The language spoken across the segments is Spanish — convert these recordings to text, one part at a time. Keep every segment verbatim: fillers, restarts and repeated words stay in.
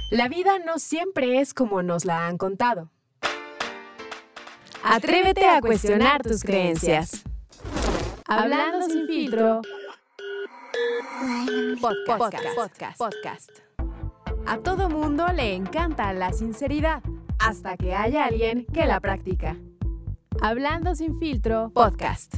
La vida no siempre es como nos la han contado. Atrévete a cuestionar tus creencias. Hablando sin filtro. Podcast, podcast, podcast, podcast. A todo mundo le encanta la sinceridad, hasta que haya alguien que la practica. Hablando sin filtro, podcast.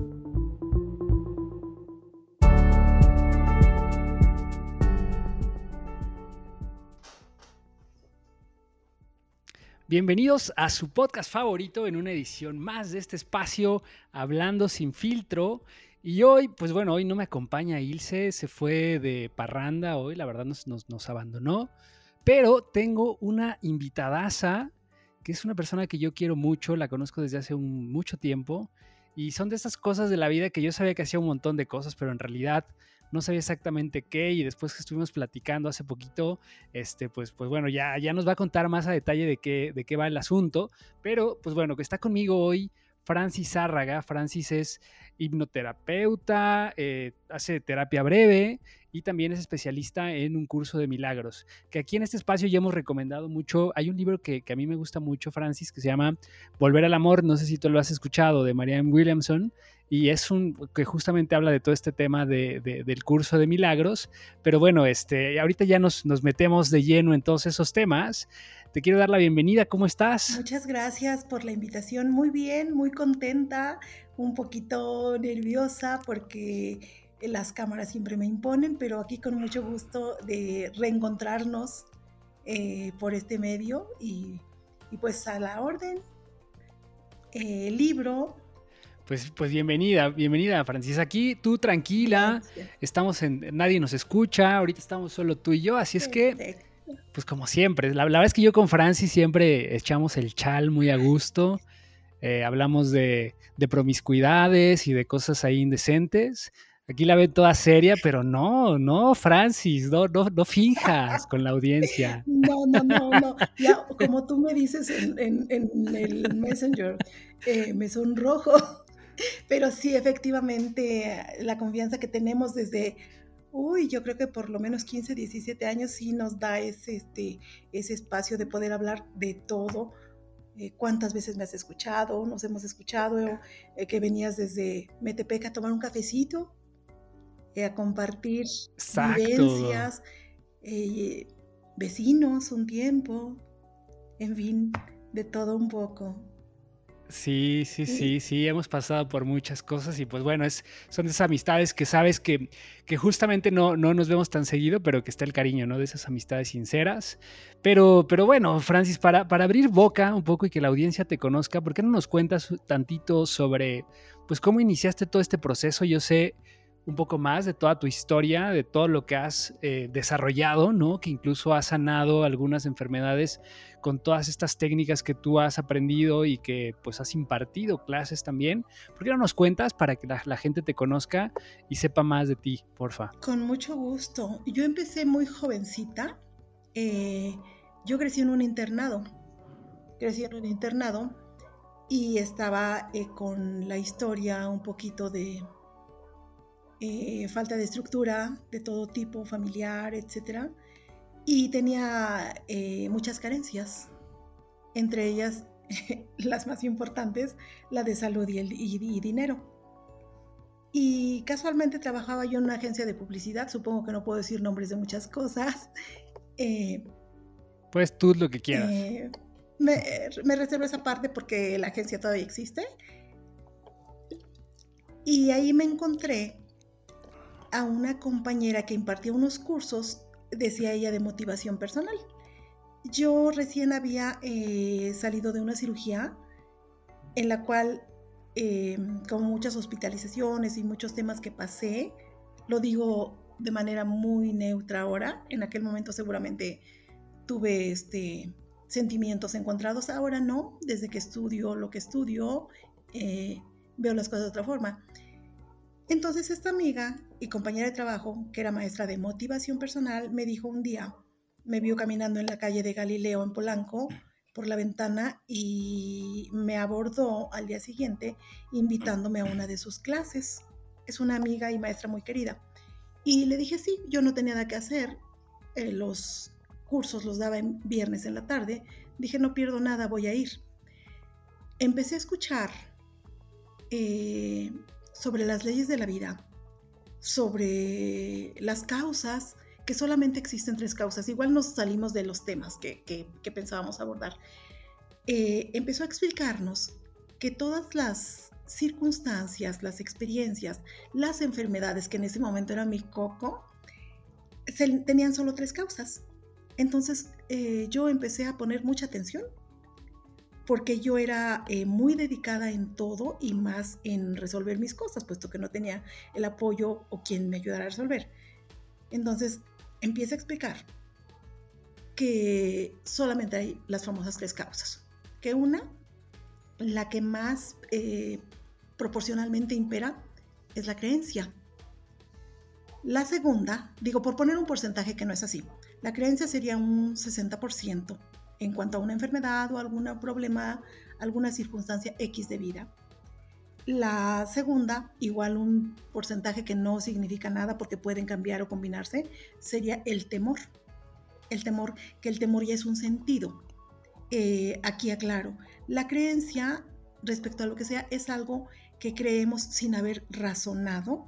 Bienvenidos a su podcast favorito en una edición más de este espacio Hablando sin filtro. Y hoy, pues bueno, hoy no me acompaña Ilse, se fue de parranda hoy, la verdad nos, nos, nos abandonó. Pero tengo una invitadaza, que es una persona que yo quiero mucho, la conozco desde hace un, mucho tiempo. Y son de esas cosas de la vida que yo sabía que hacía un montón de cosas, pero en realidad no sabía exactamente qué, y después que estuvimos platicando hace poquito, este, pues, pues bueno, ya, ya nos va a contar más a detalle de qué, de qué va el asunto, pero pues bueno, que está conmigo hoy Francis Zárraga. Francis es hipnoterapeuta, eh, hace terapia breve y también es especialista en un curso de milagros, que aquí en este espacio ya hemos recomendado mucho. Hay un libro que, que a mí me gusta mucho, Francis, que se llama Volver al Amor, no sé si tú lo has escuchado, de Marianne Williamson, y es un que justamente habla de todo este tema de, de, del curso de milagros. Pero bueno, este, ahorita ya nos, nos metemos de lleno en todos esos temas. Te quiero dar la bienvenida, ¿cómo estás? Muchas gracias por la invitación, muy bien, muy contenta, un poquito nerviosa porque las cámaras siempre me imponen, pero aquí con mucho gusto de reencontrarnos eh, por este medio y, y pues a la orden, eh, libro. Pues, pues bienvenida, bienvenida Francis, aquí tú tranquila, gracias. Estamos en, nadie nos escucha, ahorita estamos solo tú y yo, así es que, pues como siempre, la, la verdad es que yo con Francis siempre echamos el chal muy a gusto, eh, hablamos de, de promiscuidades y de cosas ahí indecentes. Aquí la ven toda seria, pero no, no, Francis, no, no, no finjas con la audiencia. No, no, no, no, ya como tú me dices en, en, en el Messenger, eh, me sonrojo. Pero sí, efectivamente, la confianza que tenemos desde, uy, yo creo que por lo menos quince, diecisiete años sí nos da ese, este, ese espacio de poder hablar de todo. Eh, ¿Cuántas veces me has escuchado? Nos hemos escuchado, eh, que venías desde Metepec a tomar un cafecito, eh, a compartir Exacto. vivencias, eh, vecinos un tiempo, en fin, de todo un poco. Sí, sí, sí, sí, hemos pasado por muchas cosas y pues bueno, es, son de esas amistades que sabes que, que justamente no, no nos vemos tan seguido, pero que está el cariño, ¿no? De esas amistades sinceras. Pero, pero bueno, Francis, para, para abrir boca un poco y que la audiencia te conozca, ¿por qué no nos cuentas tantito sobre, pues, cómo iniciaste todo este proceso? Yo sé un poco más de toda tu historia, de todo lo que has eh, desarrollado, ¿no? Que incluso has sanado algunas enfermedades con todas estas técnicas que tú has aprendido y que pues has impartido clases también. ¿Por qué no nos cuentas para que la, la gente te conozca y sepa más de ti, porfa? Con mucho gusto. Yo empecé muy jovencita. Eh, yo crecí en un internado. Crecí en un internado y estaba eh, con la historia un poquito de Eh, falta de estructura de todo tipo, familiar, etcétera, y tenía eh, muchas carencias, entre ellas eh, las más importantes, la de salud y, el, y, y dinero. Y casualmente trabajaba yo en una agencia de publicidad, supongo que no puedo decir nombres de muchas cosas. Eh, pues tú lo que quieras. Eh, me, me reservo esa parte porque la agencia todavía existe. Y ahí me encontré a una compañera que impartía unos cursos, decía ella, de motivación personal. Yo recién había eh, salido de una cirugía en la cual, eh, con muchas hospitalizaciones y muchos temas que pasé, lo digo de manera muy neutra ahora, en aquel momento seguramente tuve este, sentimientos encontrados, ahora no, desde que estudio lo que estudio, eh, veo las cosas de otra forma. Entonces esta amiga y compañera de trabajo, que era maestra de motivación personal, me dijo un día, me vio caminando en la calle de Galileo en Polanco por la ventana y me abordó al día siguiente invitándome a una de sus clases. Es una amiga y maestra muy querida. Y le dije sí, yo no tenía nada que hacer. Eh, los cursos los daba en viernes en la tarde, dije, no pierdo nada, voy a ir. Empecé a escuchar eh, sobre las leyes de la vida, sobre las causas, que solamente existen tres causas. Igual nos salimos de los temas que, que, que pensábamos abordar. Eh, empezó a explicarnos que todas las circunstancias, las experiencias, las enfermedades, que en ese momento era mi coco, se, tenían solo tres causas. Entonces eh, yo empecé a poner mucha atención, porque yo era eh, muy dedicada en todo y más en resolver mis cosas, puesto que no tenía el apoyo o quien me ayudara a resolver. Entonces empieza a explicar que solamente hay las famosas tres causas. Que una, la que más eh, proporcionalmente impera, es la creencia. La segunda, digo por poner un porcentaje que no es así, la creencia sería un sesenta por ciento en cuanto a una enfermedad o algún problema, alguna circunstancia X de vida. La segunda, igual un porcentaje que no significa nada porque pueden cambiar o combinarse, sería el temor. El temor, que el temor ya es un sentido. Eh, aquí aclaro, la creencia respecto a lo que sea es algo que creemos sin haber razonado,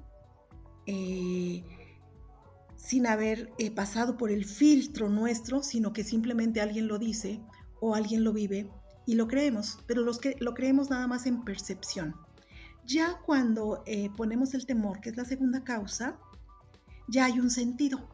eh, sin haber eh, pasado por el filtro nuestro, sino que simplemente alguien lo dice o alguien lo vive y lo creemos, pero los que, lo creemos nada más en percepción. Ya cuando eh, ponemos el temor, que es la segunda causa, ya hay un sentido.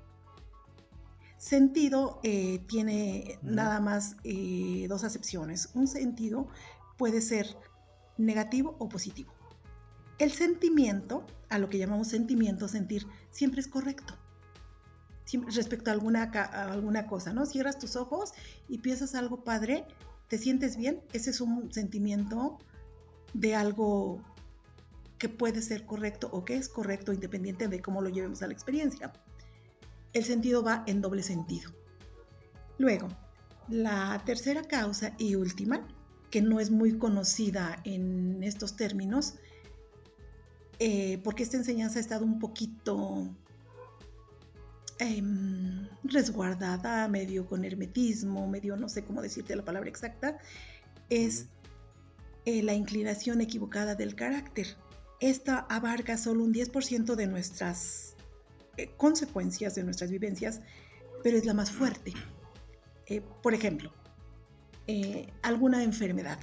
Sentido eh, tiene uh-huh. nada más eh, dos acepciones. Un sentido puede ser negativo o positivo. El sentimiento, a lo que llamamos sentimiento, sentir, siempre es correcto. Siempre, respecto a alguna, a alguna cosa, ¿no? Cierras tus ojos y piensas algo padre, te sientes bien, ese es un sentimiento de algo que puede ser correcto o que es correcto, independiente de cómo lo llevemos a la experiencia. El sentido va en doble sentido. Luego, la tercera causa y última, que no es muy conocida en estos términos, eh, porque esta enseñanza ha estado un poquito eh, resguardada, medio con hermetismo, medio no sé cómo decirte la palabra exacta, es eh, la inclinación equivocada del carácter. Esta abarca solo un diez por ciento de nuestras eh, consecuencias, de nuestras vivencias, pero es la más fuerte. Eh, por ejemplo, eh, alguna enfermedad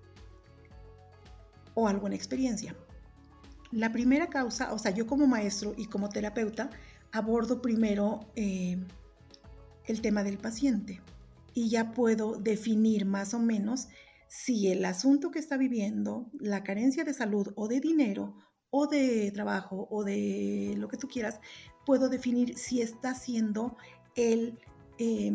o alguna experiencia. La primera causa, o sea, yo como maestro y como terapeuta, abordo primero eh, el tema del paciente y ya puedo definir más o menos si el asunto que está viviendo, la carencia de salud o de dinero o de trabajo o de lo que tú quieras, puedo definir si está siendo el eh,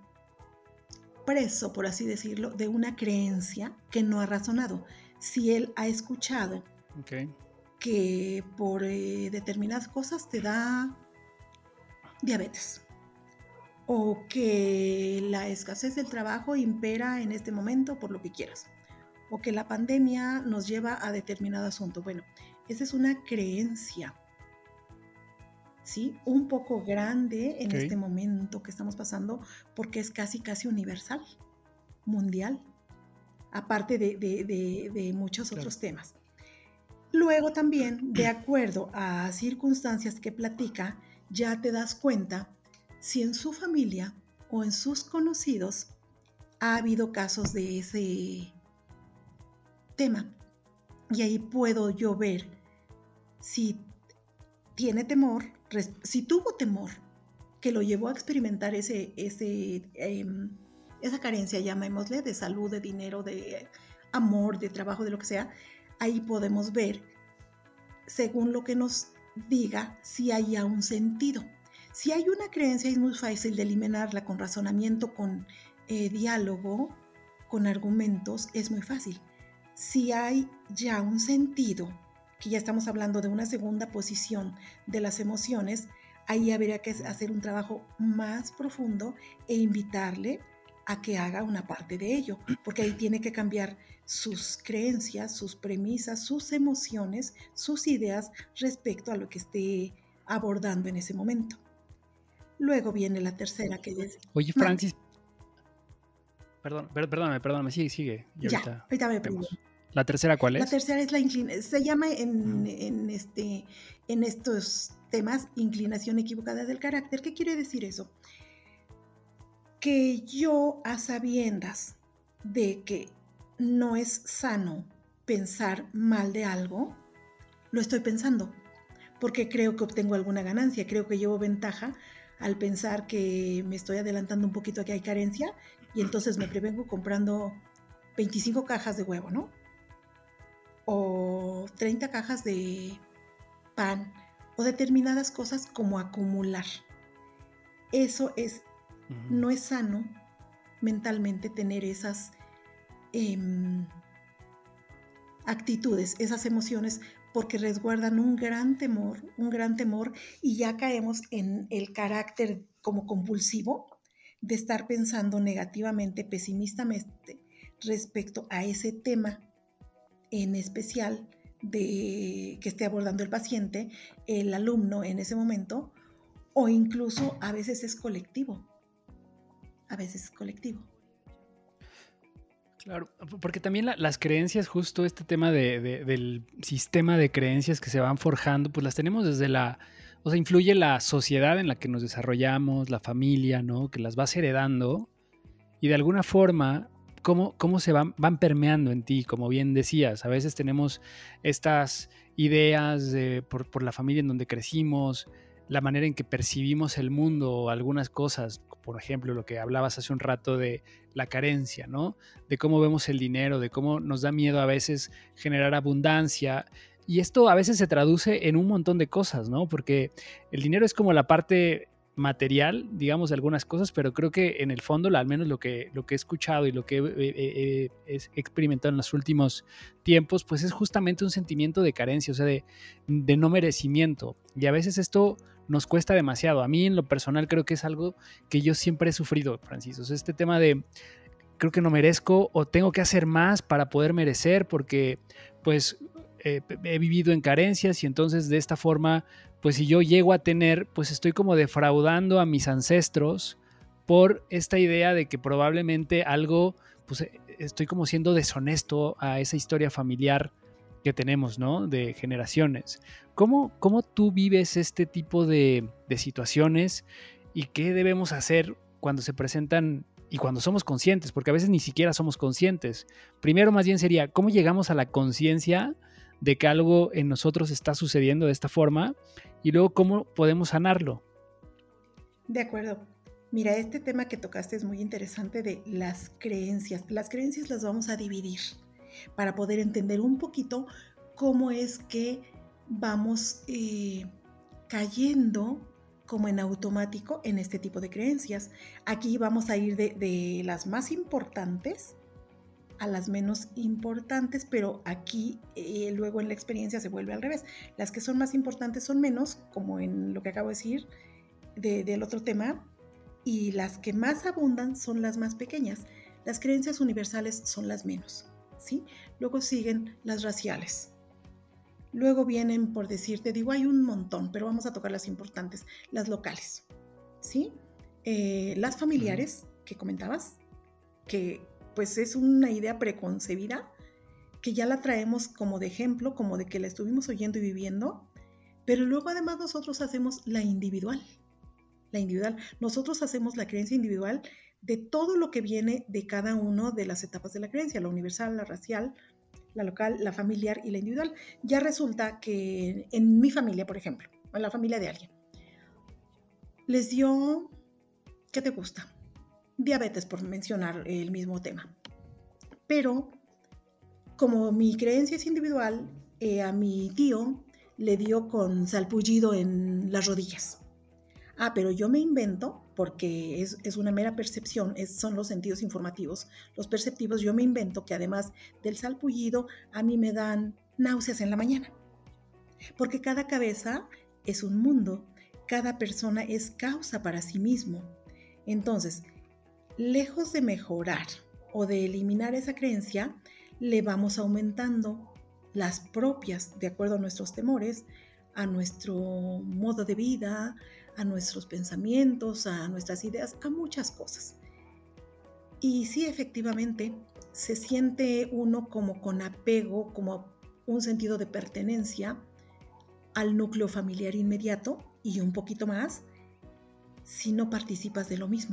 preso, por así decirlo, de una creencia que no ha razonado. Si él ha escuchado okay. que por eh, determinadas cosas te da diabetes, o que la escasez del trabajo impera en este momento por lo que quieras, o que la pandemia nos lleva a determinado asunto. Bueno, esa es una creencia, ¿sí? Un poco grande en okay. este momento que estamos pasando, porque es casi, casi universal, mundial, aparte de, de, de, de muchos claro. otros temas. Luego también, de acuerdo a circunstancias que platica, ya te das cuenta si en su familia o en sus conocidos ha habido casos de ese tema. Y ahí puedo yo ver si tiene temor, si tuvo temor que lo llevó a experimentar ese, ese, eh, esa carencia, llamémosle, de salud, de dinero, de amor, de trabajo, de lo que sea. Ahí podemos ver, según lo que nos diga, si haya un sentido. Si hay una creencia, es muy fácil de eliminarla con razonamiento, con eh, diálogo, con argumentos, es muy fácil. Si hay ya un sentido, que ya estamos hablando de una segunda posición de las emociones, ahí habría que hacer un trabajo más profundo e invitarle a que haga una parte de ello, porque ahí tiene que cambiar sus creencias, sus premisas, sus emociones, sus ideas respecto a lo que esté abordando en ese momento. Luego viene la tercera, que es... Oye, Mande. Francis, perdón, per- perdóname, perdóname, sigue, sigue. Y Ya, ahorita ahorita me vemos. pregunto. ¿La tercera cuál La es? tercera es la inclinación, se llama en, Ujú. en, este, en estos temas inclinación equivocada del carácter. ¿Qué quiere decir eso? Que yo, a sabiendas de que no es sano pensar mal de algo, lo estoy pensando, porque creo que obtengo alguna ganancia, creo que llevo ventaja al pensar que me estoy adelantando un poquito, que hay carencia, y entonces me prevengo comprando veinticinco cajas de huevo, ¿no? O treinta cajas de pan, o determinadas cosas como acumular. Eso es, Ujú. no es sano mentalmente tener esas eh, actitudes, esas emociones, porque resguardan un gran temor, un gran temor, y ya caemos en el carácter como compulsivo de estar pensando negativamente, pesimistamente respecto a ese tema en especial de que esté abordando el paciente, el alumno en ese momento, o incluso a veces es colectivo, a veces es colectivo. Claro, porque también la- las creencias, justo este tema de, de- del sistema de creencias que se van forjando, pues las tenemos desde la, o sea, influye la sociedad en la que nos desarrollamos, la familia, ¿no? Que las vas heredando y de alguna forma, cómo, cómo se van, van permeando en ti, como bien decías. A veces tenemos estas ideas de, por, por la familia en donde crecimos, la manera en que percibimos el mundo o algunas cosas, por ejemplo, lo que hablabas hace un rato de la carencia, ¿no? De cómo vemos el dinero, de cómo nos da miedo a veces generar abundancia. Y esto a veces se traduce en un montón de cosas, ¿no? Porque el dinero es como la parte material, digamos, de algunas cosas, pero creo que en el fondo, al menos lo que, lo que he escuchado y lo que he, he, he experimentado en los últimos tiempos, pues es justamente un sentimiento de carencia, o sea, de, de no merecimiento. Y a veces esto nos cuesta demasiado. A mí en lo personal creo que es algo que yo siempre he sufrido, Francis. O sea, este tema de creo que no merezco o tengo que hacer más para poder merecer porque pues eh, he vivido en carencias y entonces de esta forma pues si yo llego a tener pues estoy como defraudando a mis ancestros por esta idea de que probablemente algo pues estoy como siendo deshonesto a esa historia familiar que tenemos, ¿no? De generaciones. ¿Cómo, cómo tú vives este tipo de, de situaciones y qué debemos hacer cuando se presentan y cuando somos conscientes? Porque a veces ni siquiera somos conscientes. Primero, más bien sería, ¿cómo llegamos a la conciencia de que algo en nosotros está sucediendo de esta forma? Y luego, ¿cómo podemos sanarlo? De acuerdo. Mira, este tema que tocaste es muy interesante de las creencias. Las creencias las vamos a dividir para poder entender un poquito cómo es que vamos eh, cayendo como en automático en este tipo de creencias. Aquí vamos a ir de, de las más importantes a las menos importantes, pero aquí eh, luego en la experiencia se vuelve al revés. Las que son más importantes son menos, como en lo que acabo de decir de, del otro tema, y las que más abundan son las más pequeñas. Las creencias universales son las menos, ¿sí? Luego siguen las raciales. Luego vienen, por decirte, digo, hay un montón, pero vamos a tocar las importantes, las locales, ¿sí? Eh, las familiares que comentabas, que pues es una idea preconcebida, que ya la traemos como de ejemplo, como de que la estuvimos oyendo y viviendo, pero luego además nosotros hacemos la individual, la individual. Nosotros hacemos la creencia individual de todo lo que viene de cada una de las etapas de la creencia, la universal, la racial, la local, la familiar y la individual. Ya resulta que en mi familia, por ejemplo, en la familia de alguien, les dio, ¿qué te gusta? Diabetes, por mencionar el mismo tema. Pero como mi creencia es individual, eh, a mi tío le dio con salpullido en las rodillas. Ah, pero yo me invento, porque es, es una mera percepción, es, son los sentidos informativos, los perceptivos, yo me invento que además del salpullido, a mí me dan náuseas en la mañana. Porque cada cabeza es un mundo, cada persona es causa para sí mismo. Entonces, lejos de mejorar o de eliminar esa creencia, le vamos aumentando las propias, de acuerdo a nuestros temores, a nuestro modo de vida, a nuestros pensamientos, a nuestras ideas, a muchas cosas. Y sí, efectivamente, se siente uno como con apego, como un sentido de pertenencia al núcleo familiar inmediato y un poquito más si no participas de lo mismo.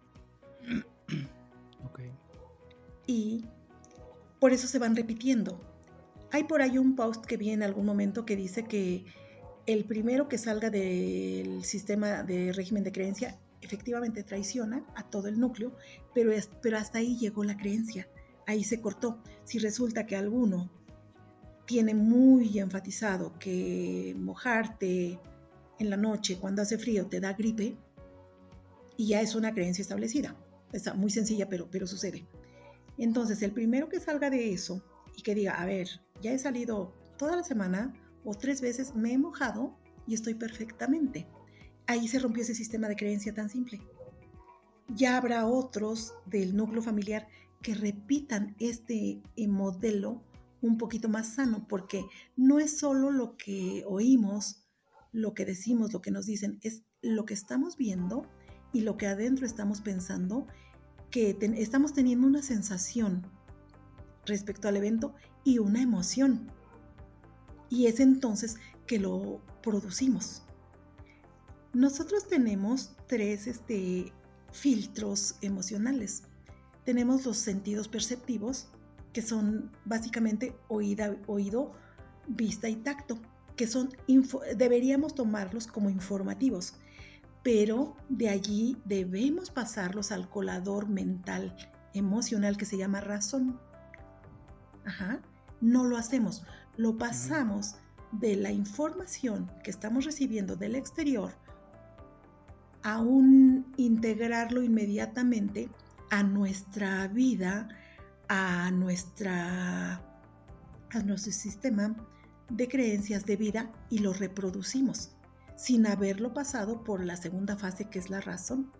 Okay. Y por eso se van repitiendo. Hay por ahí un post que vi en algún momento que dice que el primero que salga del sistema de régimen de creencia efectivamente traiciona a todo el núcleo, pero, es, pero hasta ahí llegó la creencia, ahí se cortó. Si resulta que alguno tiene muy enfatizado que mojarte en la noche cuando hace frío te da gripe, y ya es una creencia establecida, está muy sencilla, pero, pero sucede. Entonces, el primero que salga de eso y que diga, a ver, ya he salido toda la semana o tres veces, me he mojado y estoy perfectamente. Ahí se rompió ese sistema de creencia tan simple. Ya habrá otros del núcleo familiar que repitan este modelo un poquito más sano, porque no es solo lo que oímos, lo que decimos, lo que nos dicen, es lo que estamos viendo y lo que adentro estamos pensando, que ten, estamos teniendo una sensación respecto al evento y una emoción. Y es entonces que lo producimos. Nosotros tenemos tres este, filtros emocionales. Tenemos los sentidos perceptivos, que son básicamente oída, oído, vista y tacto, que son info, deberíamos tomarlos como informativos, pero de allí debemos pasarlos al colador mental, emocional, que se llama razón. Ajá. No lo hacemos, lo pasamos de la información que estamos recibiendo del exterior a un integrarlo inmediatamente a nuestra vida, a, nuestra, a nuestro sistema de creencias de vida, y lo reproducimos sin haberlo pasado por la segunda fase, que es la razón.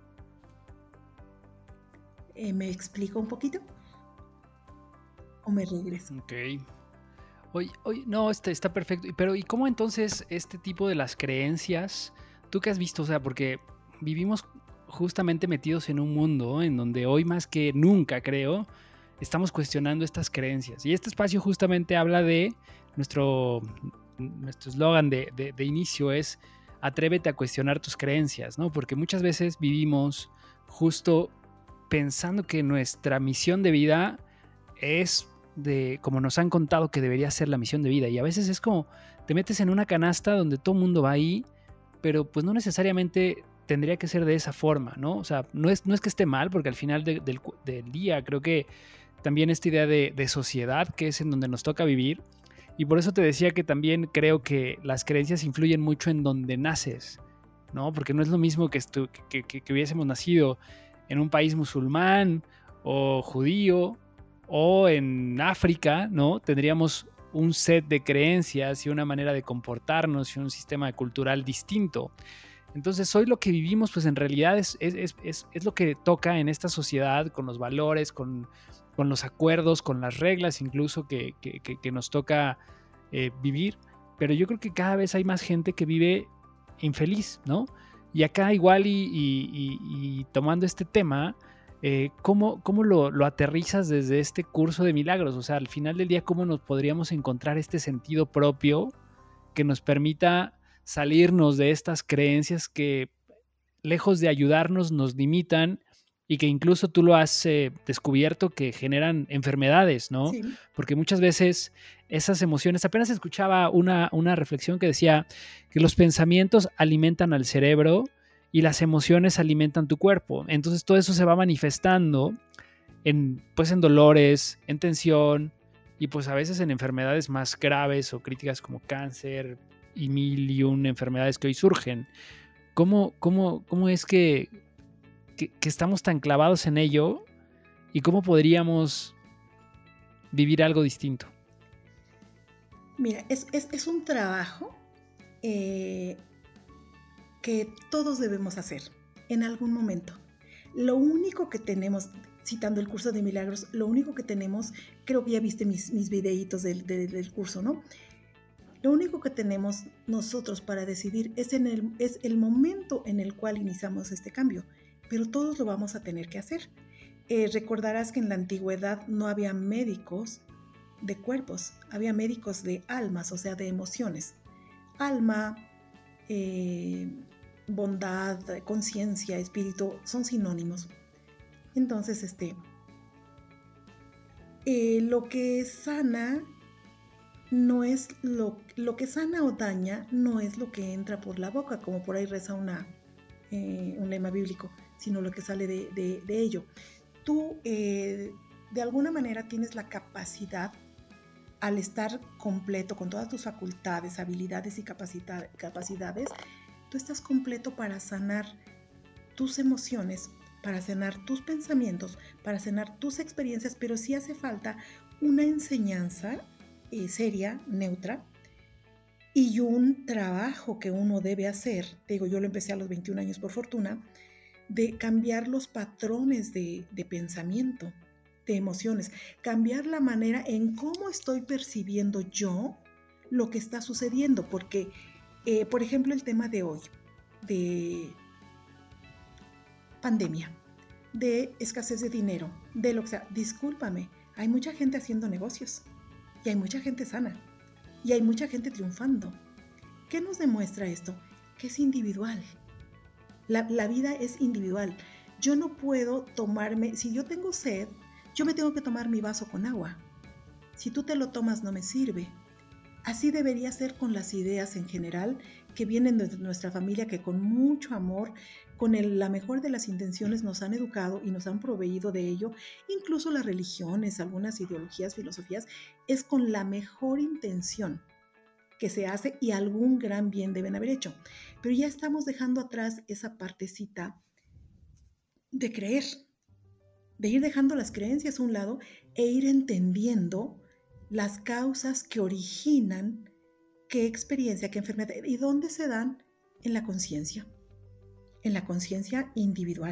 Eh, ¿Me explico un poquito? ¿O me regreso? Ok. Oye, oye, no, está, está perfecto. Pero ¿y cómo entonces este tipo de las creencias, tú qué has visto? O sea, porque vivimos justamente metidos en un mundo en donde hoy más que nunca, creo, estamos cuestionando estas creencias. Y este espacio justamente habla de nuestro nuestro eslogan de, de, de inicio es atrévete a cuestionar tus creencias, ¿no? Porque muchas veces vivimos justo pensando que nuestra misión de vida es de como nos han contado que debería ser la misión de vida, y a veces es como te metes en una canasta donde todo el mundo va ahí, pero pues no necesariamente tendría que ser de esa forma, ¿no? O sea, no es, no es que esté mal, porque al final de, del, del día creo que también esta idea de, de sociedad, que es en donde nos toca vivir, y por eso te decía que también creo que las creencias influyen mucho en donde naces, ¿no? Porque no es lo mismo que, estu- que, que, que hubiésemos nacido en un país musulmán o judío o en África, ¿no? Tendríamos un set de creencias y una manera de comportarnos y un sistema cultural distinto. Entonces hoy lo que vivimos pues en realidad es, es, es, es lo que toca en esta sociedad, con los valores, con, con los acuerdos, con las reglas incluso que, que, que, que nos toca eh, vivir. Pero yo creo que cada vez hay más gente que vive infeliz, ¿no? Y acá igual y, y, y, y tomando este tema, eh, ¿cómo, cómo lo, lo aterrizas desde este curso de milagros? O sea, al final del día, ¿cómo nos podríamos encontrar este sentido propio que nos permita salirnos de estas creencias que, lejos de ayudarnos, nos limitan y que incluso tú lo has eh, descubierto que generan enfermedades, ¿no? Sí. Porque muchas veces esas emociones, apenas escuchaba una, una reflexión que decía que los pensamientos alimentan al cerebro y las emociones alimentan tu cuerpo. Entonces todo eso se va manifestando en, pues, en dolores, en tensión y pues a veces en enfermedades más graves o críticas como cáncer y mil y un enfermedades que hoy surgen. ¿Cómo, cómo, cómo es que, que, que estamos tan clavados en ello y cómo podríamos vivir algo distinto? Mira, es, es, es un trabajo eh, que todos debemos hacer en algún momento. Lo único que tenemos, citando el curso de milagros, lo único que tenemos, creo que ya viste mis, mis videitos del, del, del curso, ¿no? Lo único que tenemos nosotros para decidir es, en el, es el momento en el cual iniciamos este cambio, pero todos lo vamos a tener que hacer. Eh, recordarás que en la antigüedad no había médicos de cuerpos, había médicos de almas, o sea, de emociones. Alma, eh, bondad, conciencia, espíritu, son sinónimos. Entonces, este, eh, lo que sana no es lo, lo que sana o daña, no es lo que entra por la boca, como por ahí reza una, eh, un lema bíblico, sino lo que sale de, de, de ello. Tú, eh, de alguna manera, tienes la capacidad, al estar completo con todas tus facultades, habilidades y capacita- capacidades, tú estás completo para sanar tus emociones, para sanar tus pensamientos, para sanar tus experiencias, pero sí hace falta una enseñanza eh, seria, neutra, y un trabajo que uno debe hacer. Te digo, yo lo empecé a los veintiún años por fortuna, de cambiar los patrones de, de pensamiento, de emociones, cambiar la manera en cómo estoy percibiendo yo lo que está sucediendo, porque, eh, por ejemplo, el tema de hoy, de pandemia, de escasez de dinero, de lo que sea, discúlpame, hay mucha gente haciendo negocios, y hay mucha gente sana, y hay mucha gente triunfando. ¿Qué nos demuestra esto? Que es individual. La, la vida es individual. Yo no puedo tomarme, si yo tengo sed, yo me tengo que tomar mi vaso con agua. Si tú te lo tomas, no me sirve. Así debería ser con las ideas en general que vienen de nuestra familia, que con mucho amor, con el, la mejor de las intenciones nos han educado y nos han proveído de ello. Incluso las religiones, algunas ideologías, filosofías, es con la mejor intención que se hace y algún gran bien deben haber hecho. Pero ya estamos dejando atrás esa partecita de creer, de ir dejando las creencias a un lado e ir entendiendo las causas que originan qué experiencia, qué enfermedad y dónde se dan en la conciencia, en la conciencia individual.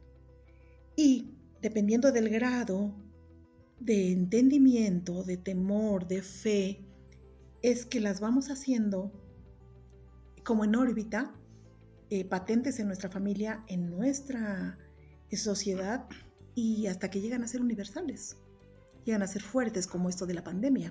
Y dependiendo del grado de entendimiento, de temor, de fe, es que las vamos haciendo como en órbita, eh, patentes en nuestra familia, en nuestra sociedad, y hasta que llegan a ser universales, llegan a ser fuertes, como esto de la pandemia.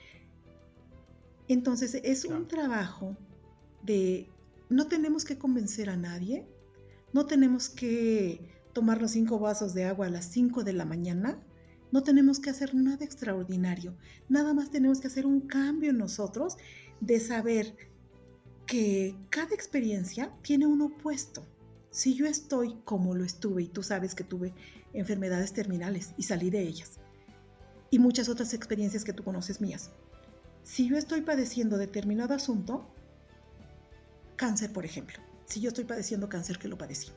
Entonces es un trabajo de, no tenemos que convencer a nadie, no tenemos que tomar los cinco vasos de agua a las cinco de la mañana, no tenemos que hacer nada extraordinario, nada más tenemos que hacer un cambio en nosotros de saber que cada experiencia tiene un opuesto. Si yo estoy como lo estuve, y tú sabes que tuve enfermedades terminales y salí de ellas, y muchas otras experiencias que tú conoces mías, si yo estoy padeciendo determinado asunto, cáncer por ejemplo, si yo estoy padeciendo cáncer, que lo padecí,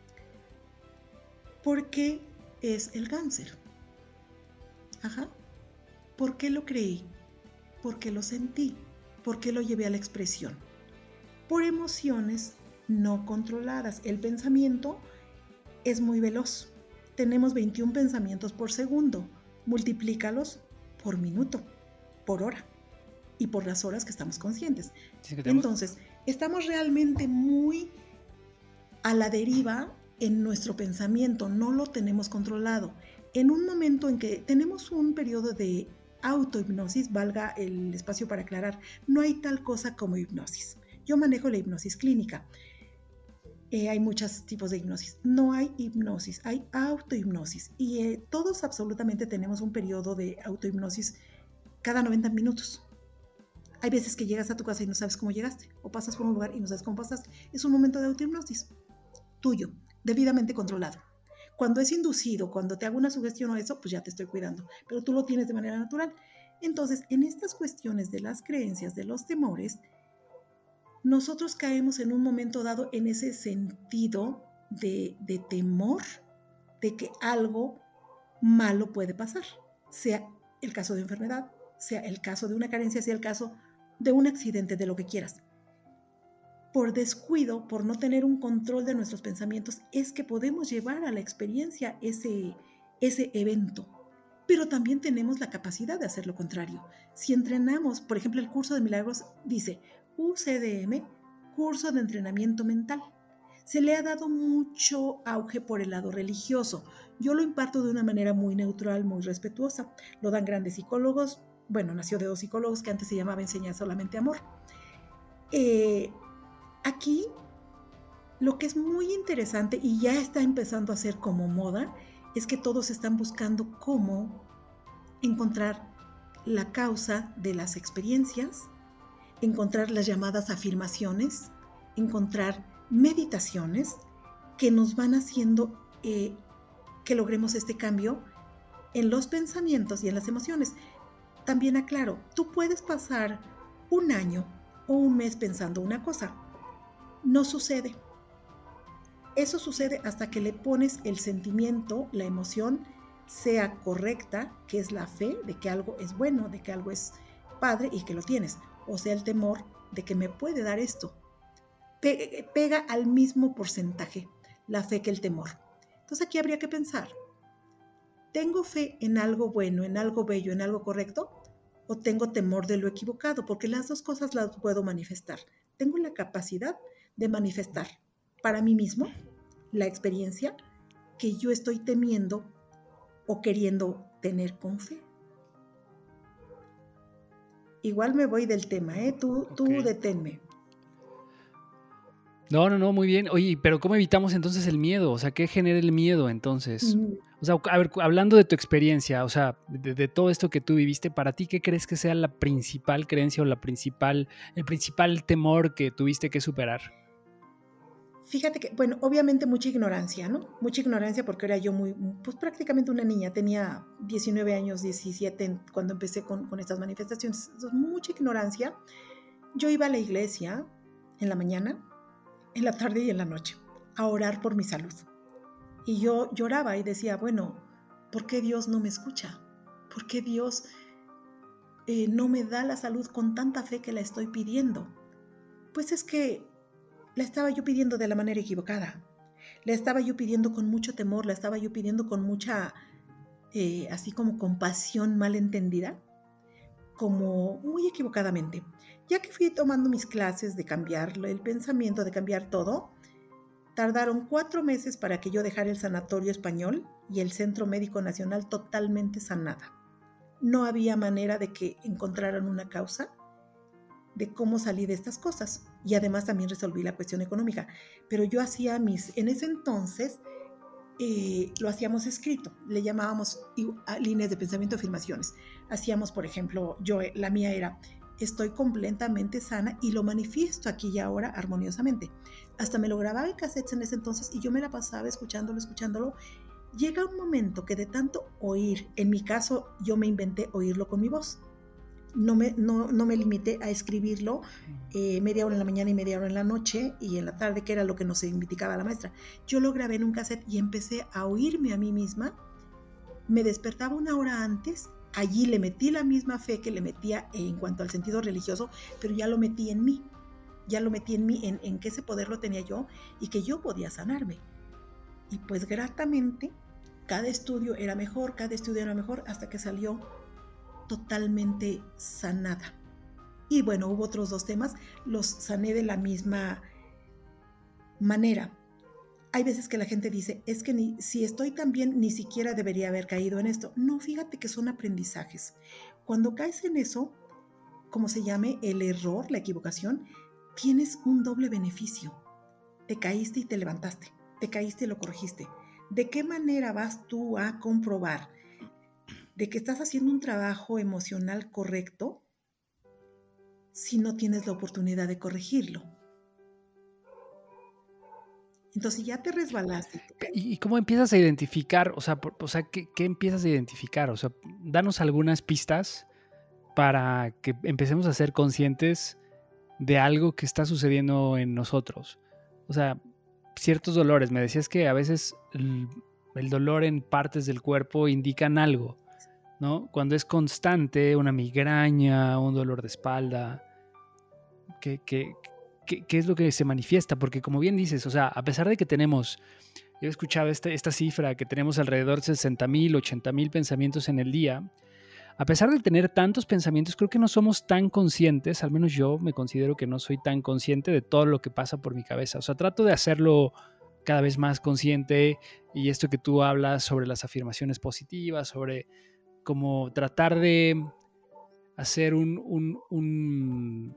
¿por qué es el cáncer? Ajá. ¿Por qué lo creí? ¿Por qué lo sentí? ¿Por qué lo llevé a la expresión? Por emociones no controladas. El pensamiento es muy veloz. Tenemos veintiún pensamientos por segundo. Multiplícalos por minuto, por hora y por las horas que estamos conscientes. Sí, que tenemos... Entonces, estamos realmente muy a la deriva en nuestro pensamiento. No lo tenemos controlado. En un momento en que tenemos un periodo de autohipnosis, valga el espacio para aclarar, no hay tal cosa como hipnosis. Yo manejo la hipnosis clínica. Eh, hay muchos tipos de hipnosis. No hay hipnosis, hay autohipnosis. Y eh, todos absolutamente tenemos un periodo de autohipnosis cada noventa minutos. Hay veces que llegas a tu casa y no sabes cómo llegaste, o pasas por un lugar y no sabes cómo pasaste. Es un momento de autohipnosis tuyo, debidamente controlado. Cuando es inducido, cuando te hago una sugestión o eso, pues ya te estoy cuidando, pero tú lo tienes de manera natural. Entonces, en estas cuestiones de las creencias, de los temores, nosotros caemos en un momento dado en ese sentido de, de temor de que algo malo puede pasar, sea el caso de enfermedad, sea el caso de una carencia, sea el caso de un accidente, de lo que quieras. Por descuido, por no tener un control de nuestros pensamientos, es que podemos llevar a la experiencia ese, ese evento. pero también tenemos la capacidad de hacer lo contrario. Si entrenamos, por ejemplo, el curso de milagros dice U C D M, curso de entrenamiento mental. Se le ha dado mucho auge por el lado religioso. Yo lo imparto de una manera muy neutral, muy respetuosa. Lo dan grandes psicólogos. Bueno, nació de dos psicólogos que antes se llamaba Enseñar Solamente Amor. Eh, aquí, lo que es muy interesante y ya está empezando a ser como moda, es que todos están buscando cómo encontrar la causa de las experiencias, encontrar las llamadas afirmaciones, encontrar meditaciones que nos van haciendo eh, que logremos este cambio en los pensamientos y en las emociones. También aclaro, tú puedes pasar un año o un mes pensando una cosa. No sucede. Eso sucede hasta que le pones el sentimiento, la emoción, sea correcta, que es la fe de que algo es bueno, de que algo es padre y que lo tienes. O sea, el temor de que me puede dar esto. Pega al mismo porcentaje la fe que el temor. Entonces aquí habría que pensar, ¿tengo fe en algo bueno, en algo bello, en algo correcto? ¿O tengo temor de lo equivocado? Porque las dos cosas las puedo manifestar. Tengo la capacidad de manifestar para mí mismo la experiencia que yo estoy temiendo o queriendo tener con fe. Igual me voy del tema, ¿eh? Tú, tú okay. Deténme. No, no, no, muy bien. Oye, pero ¿cómo evitamos entonces el miedo? O sea, ¿qué genera el miedo entonces? Mm. O sea, a ver, hablando de tu experiencia, o sea, de, de todo esto que tú viviste, para ti, ¿qué crees que sea la principal creencia o la principal, el principal temor que tuviste que superar? Fíjate que, bueno, obviamente mucha ignorancia, ¿no? Mucha ignorancia porque era yo muy, pues prácticamente una niña, tenía diecinueve años, diecisiete cuando empecé con, con estas manifestaciones. Entonces, mucha ignorancia. Yo iba a la iglesia en la mañana, en la tarde y en la noche, a orar por mi salud. Y yo lloraba y decía, bueno, ¿por qué Dios no me escucha? ¿Por qué Dios eh, no me da la salud con tanta fe que la estoy pidiendo? Pues es que la estaba yo pidiendo de la manera equivocada. La estaba yo pidiendo con mucho temor, la estaba yo pidiendo con mucha, eh, así como compasión mal entendida, como muy equivocadamente. Ya que fui tomando mis clases de cambiar el pensamiento, de cambiar todo, tardaron cuatro meses para que yo dejara el sanatorio español y el Centro Médico Nacional totalmente sanada. No había manera de que encontraran una causa de cómo salí de estas cosas. Y además también resolví la cuestión económica. Pero yo hacía mis, en ese entonces, eh, lo hacíamos escrito, le llamábamos líneas de pensamiento, afirmaciones. Hacíamos, por ejemplo, yo, la mía era, estoy completamente sana y lo manifiesto aquí y ahora armoniosamente. Hasta me lo grababa en cassettes en ese entonces y yo me la pasaba escuchándolo, escuchándolo. Llega un momento que de tanto oír, en mi caso yo me inventé oírlo con mi voz. No me, no, no me limité a escribirlo eh, media hora en la mañana y media hora en la noche y en la tarde, que era lo que nos indicaba la maestra. Yo lo grabé en un cassette y empecé a oírme a mí misma. Me despertaba una hora antes, allí le metí la misma fe que le metía en cuanto al sentido religioso, pero ya lo metí en mí, ya lo metí en mí, en, en que ese poder lo tenía yo y que yo podía sanarme. Y pues gratamente, cada estudio era mejor, cada estudio era mejor, hasta que salió totalmente sanada. Y bueno, hubo otros dos temas, los sané de la misma manera. Hay veces que la gente dice, es que ni, si estoy tan bien, ni siquiera debería haber caído en esto. No, fíjate que son aprendizajes. Cuando caes en eso, como se llame el error, la equivocación, tienes un doble beneficio. Te caíste y te levantaste, te caíste y lo corregiste. ¿De qué manera vas tú a comprobar de que estás haciendo un trabajo emocional correcto si no tienes la oportunidad de corregirlo? Entonces ya te resbalaste. ¿Y cómo empiezas a identificar? O sea, por, o sea ¿qué, ¿qué empiezas a identificar? O sea, danos algunas pistas para que empecemos a ser conscientes de algo que está sucediendo en nosotros. O sea, ciertos dolores. Me decías que a veces el, el dolor en partes del cuerpo indican algo, ¿no? Cuando es constante, una migraña, un dolor de espalda, ¿qué, qué, qué, qué es lo que se manifiesta? Porque como bien dices, o sea, a pesar de que tenemos Yo he escuchado este, esta cifra que tenemos alrededor de sesenta mil, ochenta mil pensamientos en el día. A pesar de tener tantos pensamientos, creo que no somos tan conscientes, al menos yo me considero que no soy tan consciente de todo lo que pasa por mi cabeza. O sea, trato de hacerlo cada vez más consciente, y esto que tú hablas sobre las afirmaciones positivas, sobre cómo tratar de hacer un, un, un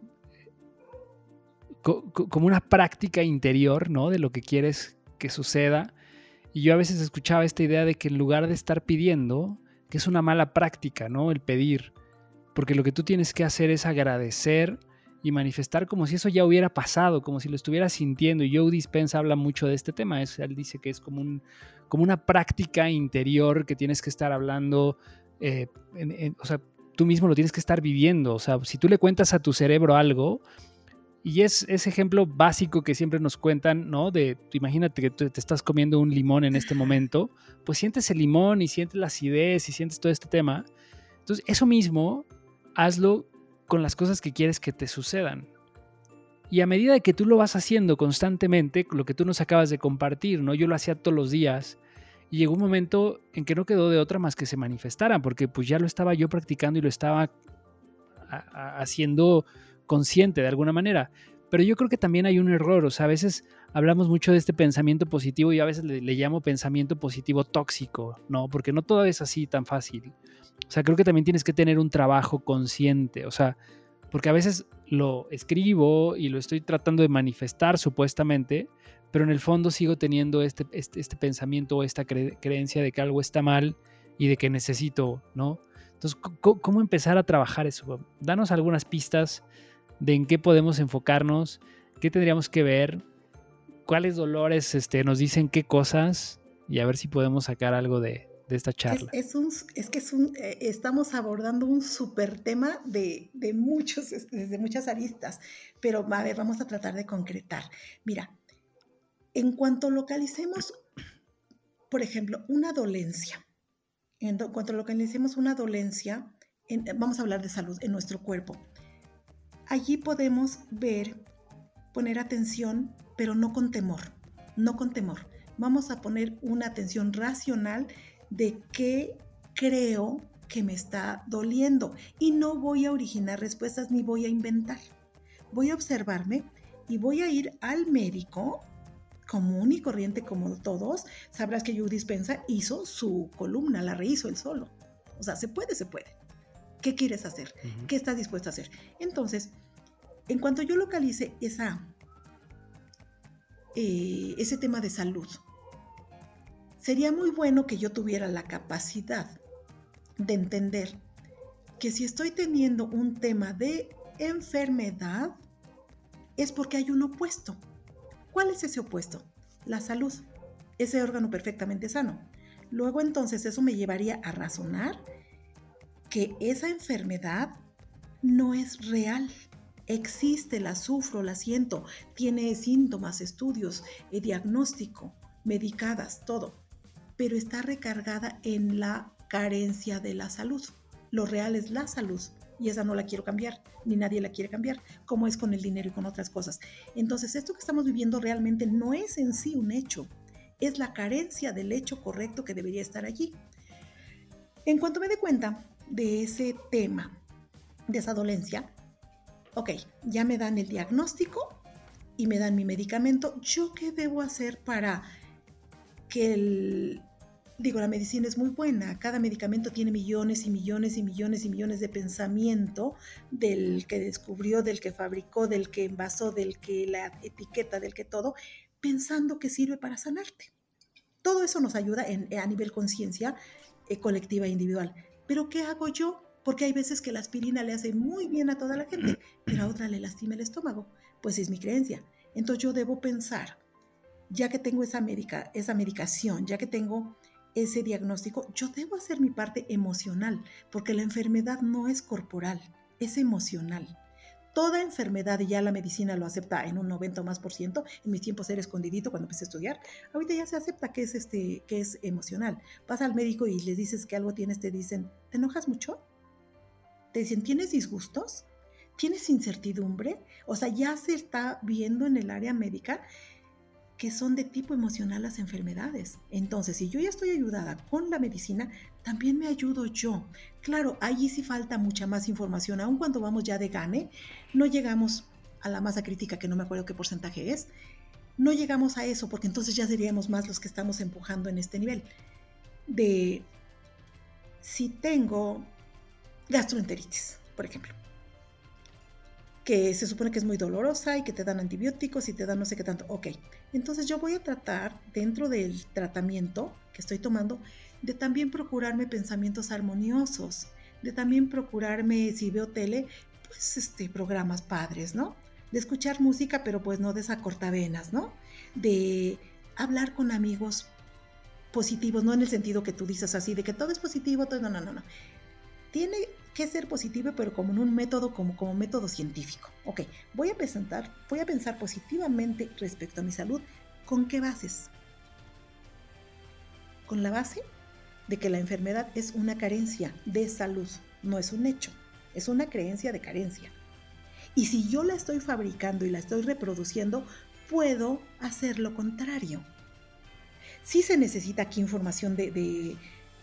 co, co, como una práctica interior, ¿no? De lo que quieres que suceda. Y yo a veces escuchaba esta idea de que en lugar de estar pidiendo, que es una mala práctica, ¿no? El pedir, porque lo que tú tienes que hacer es agradecer y manifestar como si eso ya hubiera pasado, como si lo estuvieras sintiendo. Y Joe Dispenza habla mucho de este tema. Es, él dice que es como, un, como una práctica interior que tienes que estar hablando, eh, en, en, o sea, tú mismo lo tienes que estar viviendo. O sea, si tú le cuentas a tu cerebro algo, y es ese ejemplo básico que siempre nos cuentan, ¿no? De, imagínate que tú te estás comiendo un limón en este momento, pues sientes el limón y sientes la acidez y sientes todo este tema. Entonces, eso mismo, hazlo con las cosas que quieres que te sucedan. Y a medida que tú lo vas haciendo constantemente, lo que tú nos acabas de compartir, ¿no? Yo lo hacía todos los días y llegó un momento en que no quedó de otra más que se manifestaran, porque pues ya lo estaba yo practicando y lo estaba a, a, haciendo consciente de alguna manera. Pero yo creo que también hay un error. O sea, a veces hablamos mucho de este pensamiento positivo y a veces le, le llamo pensamiento positivo tóxico, ¿no? Porque no todo es así tan fácil. O sea, creo que también tienes que tener un trabajo consciente. O sea, porque a veces lo escribo y lo estoy tratando de manifestar supuestamente, pero en el fondo sigo teniendo este, este, este pensamiento o esta cre- creencia de que algo está mal y de que necesito, ¿no? Entonces, ¿cómo, cómo empezar a trabajar eso? Danos algunas pistas de en qué podemos enfocarnos, qué tendríamos que ver, cuáles dolores este, nos dicen qué cosas, y a ver si podemos sacar algo de, de esta charla. Es, es, un, es que es un, eh, estamos abordando un súper tema de, de, muchos, de muchas aristas, pero a ver, vamos a tratar de concretar. Mira, en cuanto localicemos, por ejemplo, una dolencia, en do, cuanto localicemos una dolencia, en, vamos a hablar de salud en nuestro cuerpo. Allí podemos ver, poner atención, pero no con temor, no con temor. Vamos a poner una atención racional de qué creo que me está doliendo y no voy a originar respuestas ni voy a inventar. Voy a observarme y voy a ir al médico común y corriente como todos. Sabrás que Joe Dispenza hizo su columna, la rehizo él solo. O sea, se puede, se puede. ¿Qué quieres hacer? Uh-huh. ¿Qué estás dispuesto a hacer? Entonces, en cuanto yo localice esa, eh, ese tema de salud, sería muy bueno que yo tuviera la capacidad de entender que si estoy teniendo un tema de enfermedad, es porque hay un opuesto. ¿Cuál es ese opuesto? La salud, ese órgano perfectamente sano. Luego entonces eso me llevaría a razonar que esa enfermedad no es real. Existe, la sufro, la siento, tiene síntomas, estudios, eh, diagnóstico, medicadas, todo, pero está recargada en la carencia de la salud. Lo real es la salud y esa no la quiero cambiar, ni nadie la quiere cambiar, como es con el dinero y con otras cosas. Entonces, esto que estamos viviendo realmente no es en sí un hecho, es la carencia del hecho correcto que debería estar allí. En cuanto me dé cuenta de ese tema, de esa dolencia, ok, ya me dan el diagnóstico y me dan mi medicamento. ¿Yo qué debo hacer para que el... Digo, la medicina es muy buena, cada medicamento tiene millones y millones y millones y millones de pensamiento del que descubrió, del que fabricó, del que envasó, del que la etiqueta, del que todo, pensando que sirve para sanarte. Todo eso nos ayuda en, a nivel conciencia eh, colectiva e individual. ¿Pero qué hago yo? Porque hay veces que la aspirina le hace muy bien a toda la gente, pero a otra le lastima el estómago. Pues es mi creencia. Entonces yo debo pensar, ya que tengo esa, medica, esa medicación, ya que tengo ese diagnóstico, yo debo hacer mi parte emocional, porque la enfermedad no es corporal, es emocional. Toda enfermedad, y ya la medicina lo acepta en un noventa o más por ciento, en mis tiempos era escondidito cuando empecé a estudiar, ahorita ya se acepta que es, este, que es emocional. Vas al médico y le dices que algo tienes, te dicen, ¿te enojas mucho? Te dicen, ¿tienes disgustos? ¿Tienes incertidumbre? O sea, ya se está viendo en el área médica que son de tipo emocional las enfermedades. Entonces, si yo ya estoy ayudada con la medicina, también me ayudo yo. Claro, allí sí falta mucha más información. Aun cuando vamos ya de gane, no llegamos a la masa crítica, que no me acuerdo qué porcentaje es. No llegamos a eso, porque entonces ya seríamos más los que estamos empujando en este nivel. De si tengo gastroenteritis, por ejemplo, que se supone que es muy dolorosa y que te dan antibióticos y te dan no sé qué tanto. Ok, entonces yo voy a tratar dentro del tratamiento que estoy tomando de también procurarme pensamientos armoniosos, de también procurarme, si veo tele, pues este, programas padres, ¿no? De escuchar música, pero pues no de esa cortavenas, ¿no? De hablar con amigos positivos, no en el sentido que tú dices así, de que todo es positivo, todo, no, no, no, no. Tiene que ser positivo, pero como en un método, como, como método científico. Ok, voy a, presentar, voy a pensar positivamente respecto a mi salud. ¿Con qué bases? Con la base de que la enfermedad es una carencia de salud, no es un hecho, es una creencia de carencia. Y si yo la estoy fabricando y la estoy reproduciendo, puedo hacer lo contrario. Sí se necesita aquí información de, de,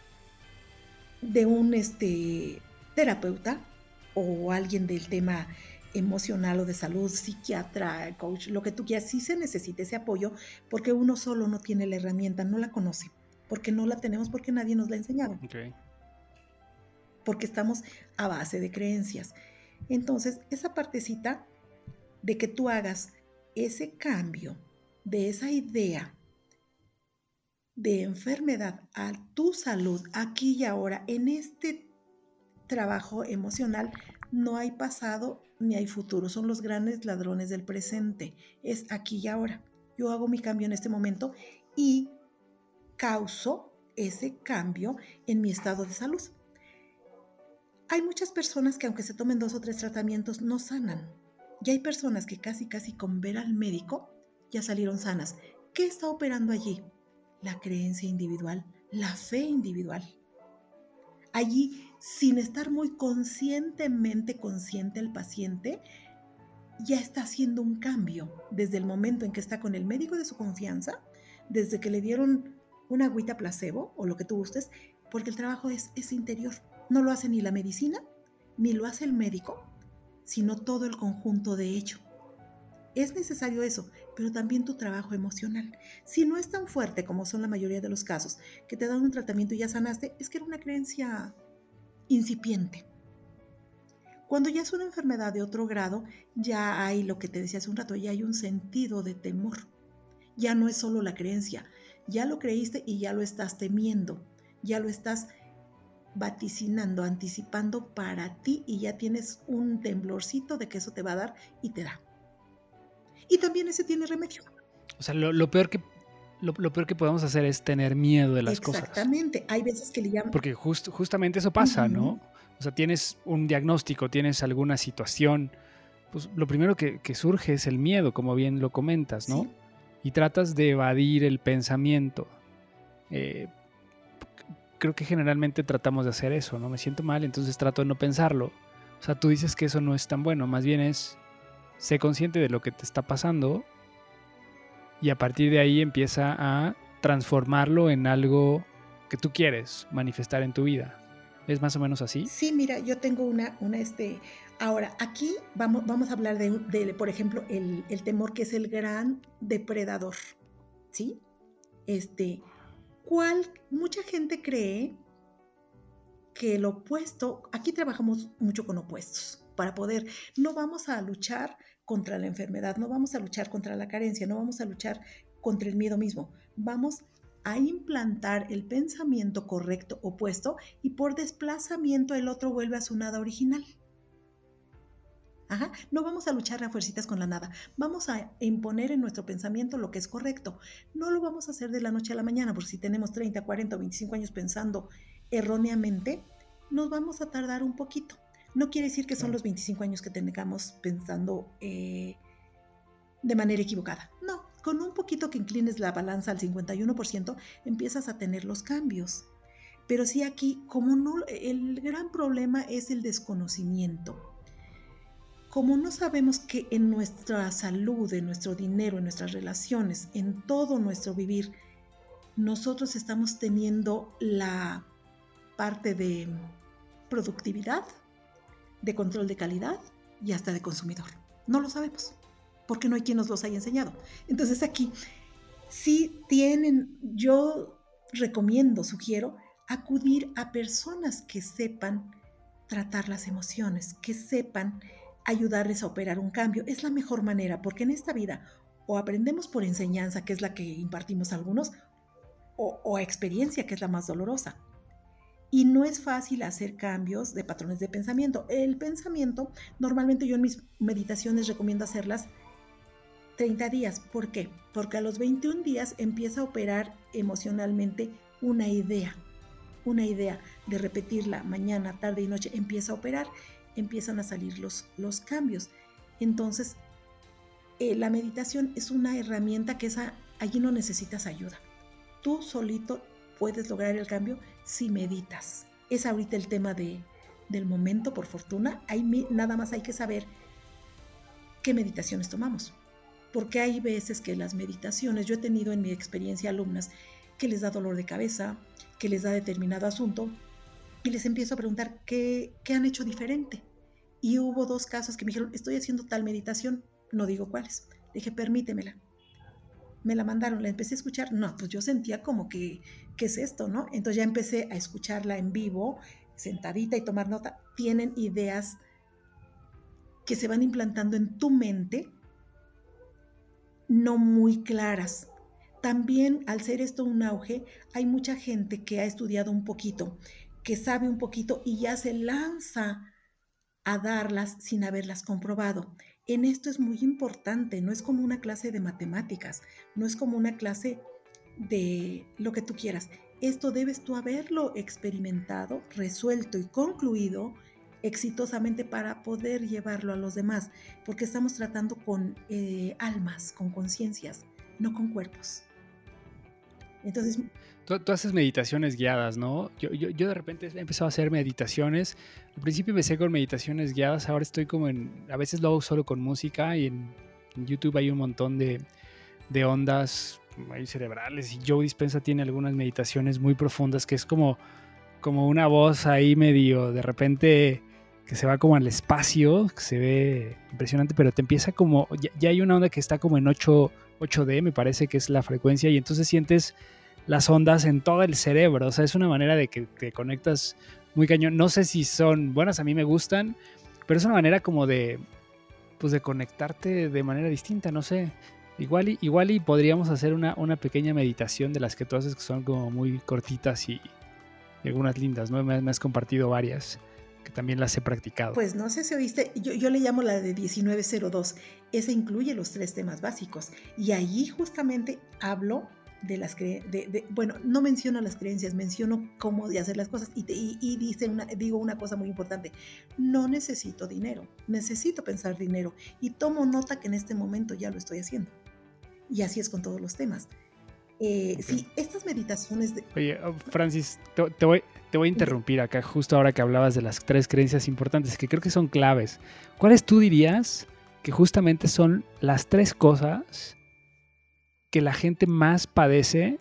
de un este, terapeuta o alguien del tema emocional o de salud, psiquiatra, coach, lo que tú quieras. Sí se necesita ese apoyo porque uno solo no tiene la herramienta, no la conoce, porque no la tenemos, porque nadie nos la ha enseñado. Okay. Porque estamos a base de creencias. Entonces, esa partecita de que tú hagas ese cambio de esa idea de enfermedad a tu salud aquí y ahora, en este trabajo emocional, no hay pasado ni hay futuro, son los grandes ladrones del presente, es aquí y ahora. Yo hago mi cambio en este momento y causo ese cambio en mi estado de salud. Hay muchas personas que aunque se tomen dos o tres tratamientos no sanan. Y hay personas que casi casi con ver al médico ya salieron sanas. ¿Qué está operando allí? La creencia individual, la fe individual. Allí, sin estar muy conscientemente consciente el paciente, ya está haciendo un cambio desde el momento en que está con el médico de su confianza, desde que le dieron una agüita placebo o lo que tú gustes, porque el trabajo es, es interior. No lo hace ni la medicina, ni lo hace el médico, sino todo el conjunto de ello. Es necesario eso, pero también tu trabajo emocional. Si no es tan fuerte como son la mayoría de los casos, que te dan un tratamiento y ya sanaste, es que era una creencia incipiente. Cuando ya es una enfermedad de otro grado, ya hay lo que te decía hace un rato, ya hay un sentido de temor. Ya no es solo la creencia, ya lo creíste y ya lo estás temiendo, ya lo estás vaticinando, anticipando para ti y ya tienes un temblorcito de que eso te va a dar y te da. Y también ese tiene remedio. O sea, lo, lo peor que lo, lo peor que podemos hacer es tener miedo de las Exactamente. cosas. Exactamente. Hay veces que le llaman... Porque just, justamente eso pasa, uh-huh. ¿no? O sea, tienes un diagnóstico, tienes alguna situación, pues lo primero que, que surge es el miedo, como bien lo comentas, ¿no? Sí. Y tratas de evadir el pensamiento. Eh, creo que generalmente tratamos de hacer eso, ¿no? Me siento mal, entonces trato de no pensarlo. O sea, tú dices que eso no es tan bueno, más bien es... sé consciente de lo que te está pasando y a partir de ahí empieza a transformarlo en algo que tú quieres manifestar en tu vida. ¿Es más o menos así? Sí, mira, yo tengo una, una este... Ahora, aquí vamos, vamos a hablar de, de por ejemplo, el, el temor que es el gran depredador, ¿sí? Este, ¿cuál? Mucha gente cree que el opuesto... Aquí trabajamos mucho con opuestos. Para poder, no vamos a luchar contra la enfermedad, no vamos a luchar contra la carencia, no vamos a luchar contra el miedo mismo, vamos a implantar el pensamiento correcto opuesto y por desplazamiento el otro vuelve a su nada original. Ajá. No vamos a luchar a fuercitas con la nada, vamos a imponer en nuestro pensamiento lo que es correcto. No lo vamos a hacer de la noche a la mañana, porque si tenemos treinta, cuarenta o veinticinco años pensando erróneamente, nos vamos a tardar un poquito. No quiere decir que son los veinticinco años que tengamos pensando eh, de manera equivocada. No, con un poquito que inclines la balanza al cincuenta y uno por ciento, empiezas a tener los cambios. Pero sí aquí, como no, el gran problema es el desconocimiento. Como no sabemos que en nuestra salud, en nuestro dinero, en nuestras relaciones, en todo nuestro vivir, nosotros estamos teniendo la parte de productividad, de control de calidad y hasta de consumidor. No lo sabemos, porque no hay quien nos los haya enseñado. Entonces aquí sí tienen, yo recomiendo, sugiero, acudir a personas que sepan tratar las emociones, que sepan ayudarles a operar un cambio. Es la mejor manera, porque en esta vida o aprendemos por enseñanza, que es la que impartimos algunos, o, o a experiencia, que es la más dolorosa. Y no es fácil hacer cambios de patrones de pensamiento. El pensamiento, normalmente yo en mis meditaciones recomiendo hacerlas treinta días. ¿Por qué? Porque a los veintiún días empieza a operar emocionalmente una idea. Una idea de repetirla mañana, tarde y noche, empieza a operar, empiezan a salir los, los cambios. Entonces, eh, la meditación es una herramienta que esa, allí no necesitas ayuda. Tú solito puedes lograr el cambio si meditas. Es ahorita el tema de, del momento, por fortuna. Hay, nada más hay que saber qué meditaciones tomamos. Porque hay veces que las meditaciones, yo he tenido en mi experiencia alumnas que les da dolor de cabeza, que les da determinado asunto, y les empiezo a preguntar qué, qué han hecho diferente. Y hubo dos casos que me dijeron, estoy haciendo tal meditación, no digo cuáles. Le dije, permítemela. Me la mandaron, la empecé a escuchar. No, pues yo sentía como que, ¿qué es esto, no? Entonces ya empecé a escucharla en vivo, sentadita y tomar nota. Tienen ideas que se van implantando en tu mente, no muy claras. También, al ser esto un auge, hay mucha gente que ha estudiado un poquito, que sabe un poquito y ya se lanza a darlas sin haberlas comprobado. En esto es muy importante, no es como una clase de matemáticas, no es como una clase de lo que tú quieras. Esto debes tú haberlo experimentado, resuelto y concluido exitosamente para poder llevarlo a los demás, porque estamos tratando con eh, almas, con conciencias, no con cuerpos. Entonces, tú, tú haces meditaciones guiadas, ¿no? Yo, yo, yo de repente he empezado a hacer meditaciones. Al principio empecé con meditaciones guiadas, ahora estoy como en, a veces lo hago solo con música y en, en YouTube hay un montón de, de ondas ahí cerebrales y Joe Dispenza tiene algunas meditaciones muy profundas que es como, como una voz ahí medio de repente que se va como al espacio, que se ve impresionante, pero te empieza como, ya, ya hay una onda que está como en ocho D, me parece que es la frecuencia, y entonces sientes las ondas en todo el cerebro, o sea, es una manera de que te conectas muy cañón. No sé si son buenas, a mí me gustan, pero es una manera como de, pues de conectarte de manera distinta, no sé. Igual y, igual y podríamos hacer una, una pequeña meditación de las que tú haces, que son como muy cortitas y, y algunas lindas, ¿no? Me, me has compartido varias, que también las he practicado. Pues no sé si oíste, yo, yo le llamo la de diecinueve cero dos, esa incluye los tres temas básicos, y allí justamente hablo de las creencias, de, de, bueno, no menciono las creencias, menciono cómo de hacer las cosas, y, te, y, y dice una, digo una cosa muy importante, no necesito dinero, necesito pensar dinero, y tomo nota que en este momento ya lo estoy haciendo, y así es con todos los temas. Eh, okay. Sí, estas meditaciones... De... Oye, Francis, te, te, voy, te voy a interrumpir acá, justo ahora que hablabas de las tres creencias importantes, que creo que son claves. ¿Cuáles tú dirías que justamente son las tres cosas que la gente más padece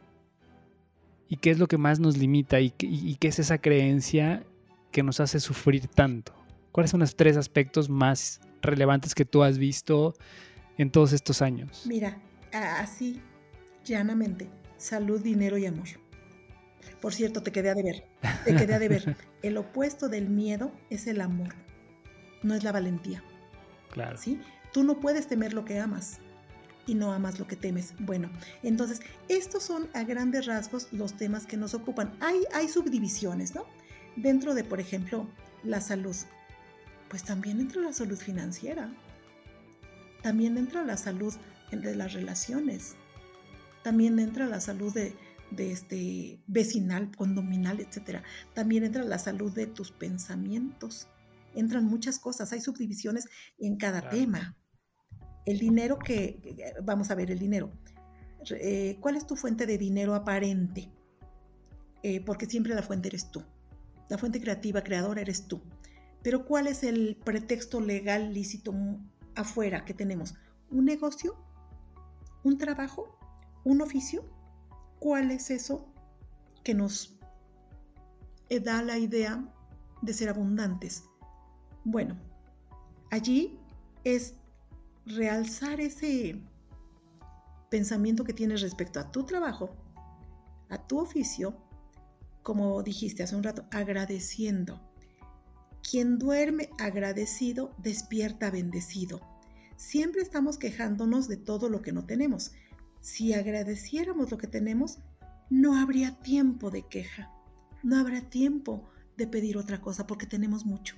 y qué es lo que más nos limita y, y, y qué es esa creencia que nos hace sufrir tanto? ¿Cuáles son los tres aspectos más relevantes que tú has visto en todos estos años? Mira, así... llanamente, salud, dinero y amor. Por cierto, te quedé a deber, te quedé a deber. El opuesto del miedo es el amor, no es la valentía. Claro. ¿Sí? Tú no puedes temer lo que amas y no amas lo que temes. Bueno, entonces, estos son a grandes rasgos los temas que nos ocupan. Hay, hay subdivisiones, ¿no? Dentro de, por ejemplo, la salud, pues también entra la salud financiera, también entra la salud de las relaciones, también entra la salud de, de este vecinal, condominal, etcétera. También entra la salud de tus pensamientos. Entran muchas cosas, hay subdivisiones en cada claro. tema. El dinero que, vamos a ver, el dinero. Eh, ¿Cuál es tu fuente de dinero aparente? Eh, porque siempre la fuente eres tú. La fuente creativa, creadora eres tú. Pero ¿cuál es el pretexto legal lícito afuera que tenemos? ¿Un negocio? ¿Un trabajo? ¿Un oficio? ¿Cuál es eso que nos da la idea de ser abundantes? Bueno, allí es realzar ese pensamiento que tienes respecto a tu trabajo, a tu oficio, como dijiste hace un rato, agradeciendo. Quien duerme agradecido despierta bendecido. Siempre estamos quejándonos de todo lo que no tenemos. Si agradeciéramos lo que tenemos, no habría tiempo de queja, no habrá tiempo de pedir otra cosa porque tenemos mucho.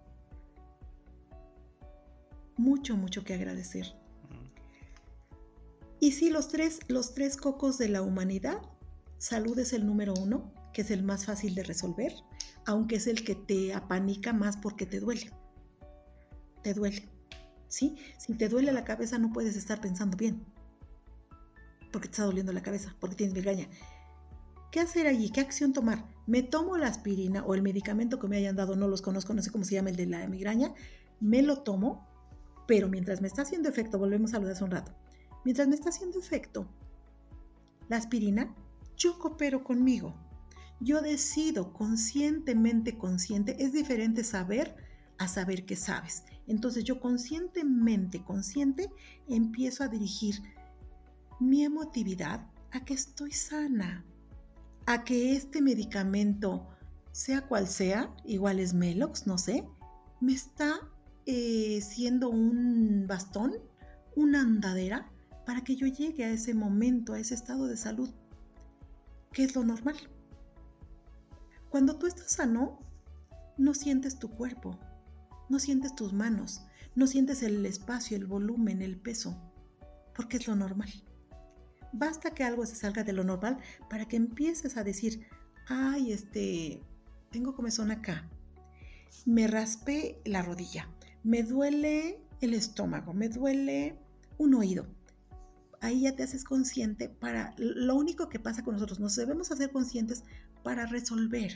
Mucho, mucho que agradecer. Y sí, los tres, los tres cocos de la humanidad, salud es el número uno, que es el más fácil de resolver, aunque es el que te apanica más porque te duele. Te duele, ¿sí? Si te duele la cabeza no puedes estar pensando bien, porque te está doliendo la cabeza, porque tienes migraña. ¿Qué hacer allí? ¿Qué acción tomar? ¿Me tomo la aspirina o el medicamento que me hayan dado? No los conozco, no sé cómo se llama el de la migraña. Me lo tomo, pero mientras me está haciendo efecto, volvemos a lo de hace un rato, mientras me está haciendo efecto la aspirina, yo coopero conmigo. Yo decido conscientemente consciente. Es diferente saber a saber que sabes. Entonces yo conscientemente consciente empiezo a dirigir mi emotividad a que estoy sana, a que este medicamento, sea cual sea, igual es Melox, no sé, me está eh, siendo un bastón, una andadera para que yo llegue a ese momento, a ese estado de salud, que es lo normal. Cuando tú estás sano, no sientes tu cuerpo, no sientes tus manos, no sientes el espacio, el volumen, el peso, porque es lo normal. Basta que algo se salga de lo normal para que empieces a decir, ay, este, tengo comezón acá, me raspé la rodilla, me duele el estómago, me duele un oído. Ahí ya te haces consciente para, lo único que pasa con nosotros, nos debemos hacer conscientes para resolver.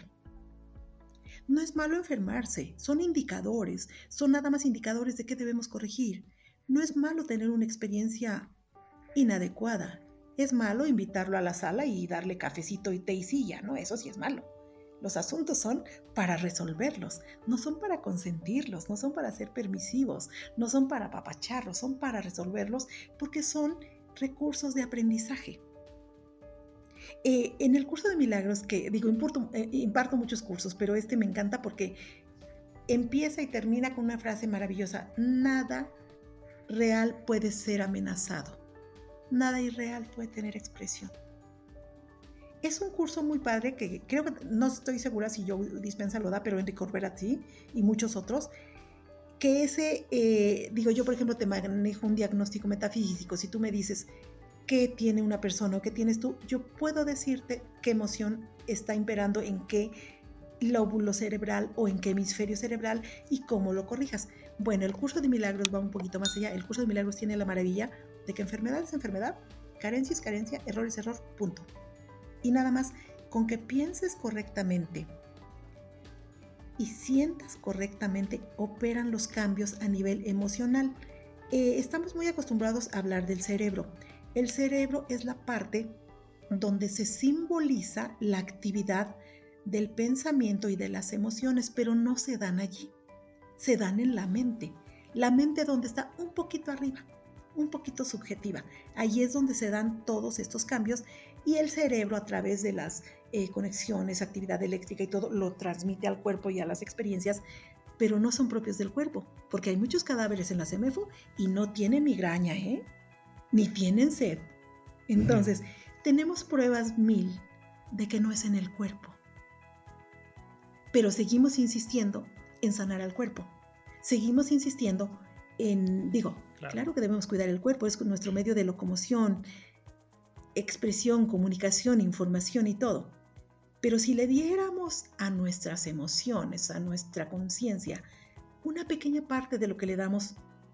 No es malo enfermarse, son indicadores, son nada más indicadores de qué debemos corregir. No es malo tener una experiencia inadecuada, es malo invitarlo a la sala y darle cafecito y té y silla, ¿no? Eso sí es malo. Los asuntos son para resolverlos, no son para consentirlos, no son para ser permisivos, no son para apapacharlos, son para resolverlos porque son recursos de aprendizaje. Eh, en el curso de milagros, que digo, imparto, eh, imparto muchos cursos, pero este me encanta porque empieza y termina con una frase maravillosa: nada real puede ser amenazado, nada irreal puede tener expresión. Es un curso muy padre que creo que, no estoy segura si Joe Dispenza lo da, pero Enrique Corbera sí, y muchos otros, que ese, eh, digo yo por ejemplo te manejo un diagnóstico metafísico. Si tú me dices qué tiene una persona o qué tienes tú, yo puedo decirte qué emoción está imperando en qué lóbulo cerebral o en qué hemisferio cerebral y cómo lo corrijas. Bueno, el curso de milagros va un poquito más allá. El curso de milagros tiene la maravilla de que enfermedad es enfermedad, carencia es carencia, error es error, punto. Y nada más, con que pienses correctamente y sientas correctamente, operan los cambios a nivel emocional. Eh, estamos muy acostumbrados a hablar del cerebro. El cerebro es la parte donde se simboliza la actividad del pensamiento y de las emociones, pero no se dan allí, se dan en la mente. La mente donde está un poquito arriba, un poquito subjetiva. Ahí es donde se dan todos estos cambios y el cerebro, a través de las eh, conexiones, actividad eléctrica y todo, lo transmite al cuerpo y a las experiencias, pero no son propios del cuerpo, porque hay muchos cadáveres en la CEMEFO y no tienen migraña, ¿eh? Ni tienen sed. Entonces, tenemos pruebas mil de que no es en el cuerpo, pero seguimos insistiendo en sanar al cuerpo. Seguimos insistiendo en, digo, claro, claro que debemos cuidar el cuerpo, es nuestro medio de locomoción, expresión, comunicación, información y todo. Pero si le diéramos a nuestras emociones, a nuestra conciencia, una pequeña parte de lo que le damos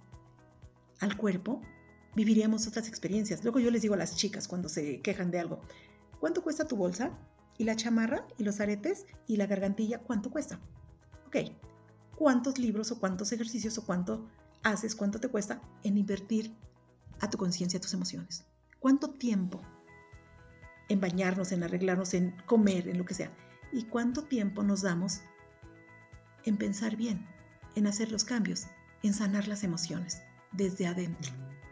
al cuerpo, viviríamos otras experiencias. Luego yo les digo a las chicas cuando se quejan de algo: ¿cuánto cuesta tu bolsa? ¿Y la chamarra? ¿Y los aretes? ¿Y la gargantilla? ¿Cuánto cuesta? Ok, cuántos libros o cuántos ejercicios o cuánto haces, cuánto te cuesta en invertir a tu conciencia, a tus emociones. ¿Cuánto tiempo en bañarnos, en arreglarnos, en comer, en lo que sea? ¿Y cuánto tiempo nos damos en pensar bien, en hacer los cambios, en sanar las emociones desde adentro?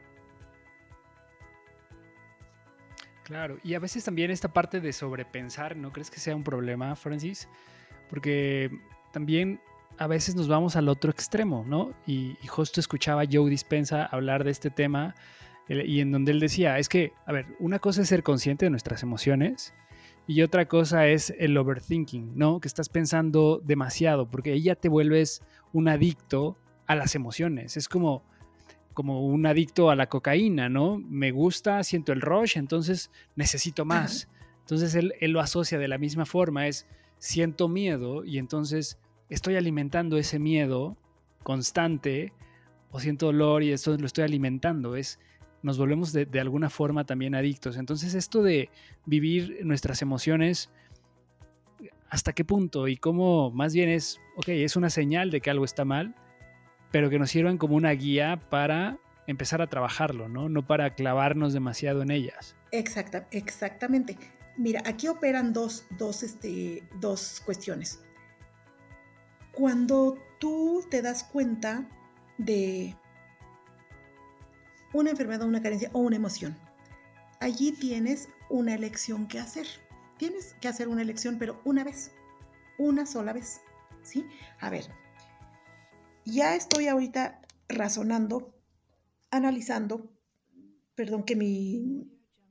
Claro, y a veces también esta parte de sobrepensar, ¿no crees que sea un problema, Francis? Porque también a veces nos vamos al otro extremo, ¿no? Y, y justo escuchaba a Joe Dispenza hablar de este tema eh, y en donde él decía, es que, a ver, una cosa es ser consciente de nuestras emociones y otra cosa es el overthinking, ¿no? Que estás pensando demasiado, porque ahí ya te vuelves un adicto a las emociones. Es como, como un adicto a la cocaína, ¿no? Me gusta, siento el rush, entonces necesito más. Entonces él, él lo asocia de la misma forma, es siento miedo y entonces estoy alimentando ese miedo constante, o siento dolor y esto lo estoy alimentando. Es, nos volvemos de, de alguna forma también adictos. Entonces esto de vivir nuestras emociones, ¿hasta qué punto? Y cómo más bien es, ok, es una señal de que algo está mal, pero que nos sirvan como una guía para empezar a trabajarlo, ¿no? No para clavarnos demasiado en ellas. Exacta, exactamente. Mira, aquí operan dos, dos, este, dos cuestiones. Cuando tú te das cuenta de una enfermedad, una carencia o una emoción, allí tienes una elección que hacer. Tienes que hacer una elección, pero una vez, una sola vez, ¿sí? A ver, ya estoy ahorita razonando, analizando, perdón, que mi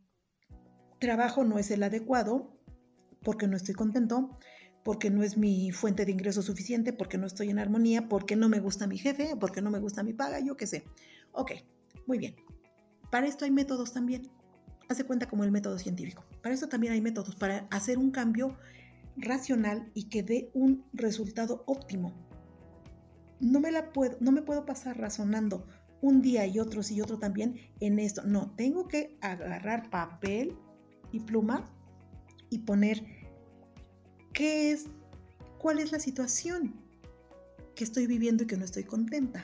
trabajo no es el adecuado porque no estoy contento, porque no es mi fuente de ingreso suficiente, porque no estoy en armonía, porque no me gusta mi jefe, porque no me gusta mi paga, yo qué sé. Ok, muy bien. Para esto hay métodos también. Hace cuenta como el método científico. Para esto también hay métodos para hacer un cambio racional y que dé un resultado óptimo. No me, la puedo, no me puedo pasar razonando un día y otros y otro también en esto. No, tengo que agarrar papel y pluma y poner qué es, cuál es la situación que estoy viviendo y que no estoy contenta.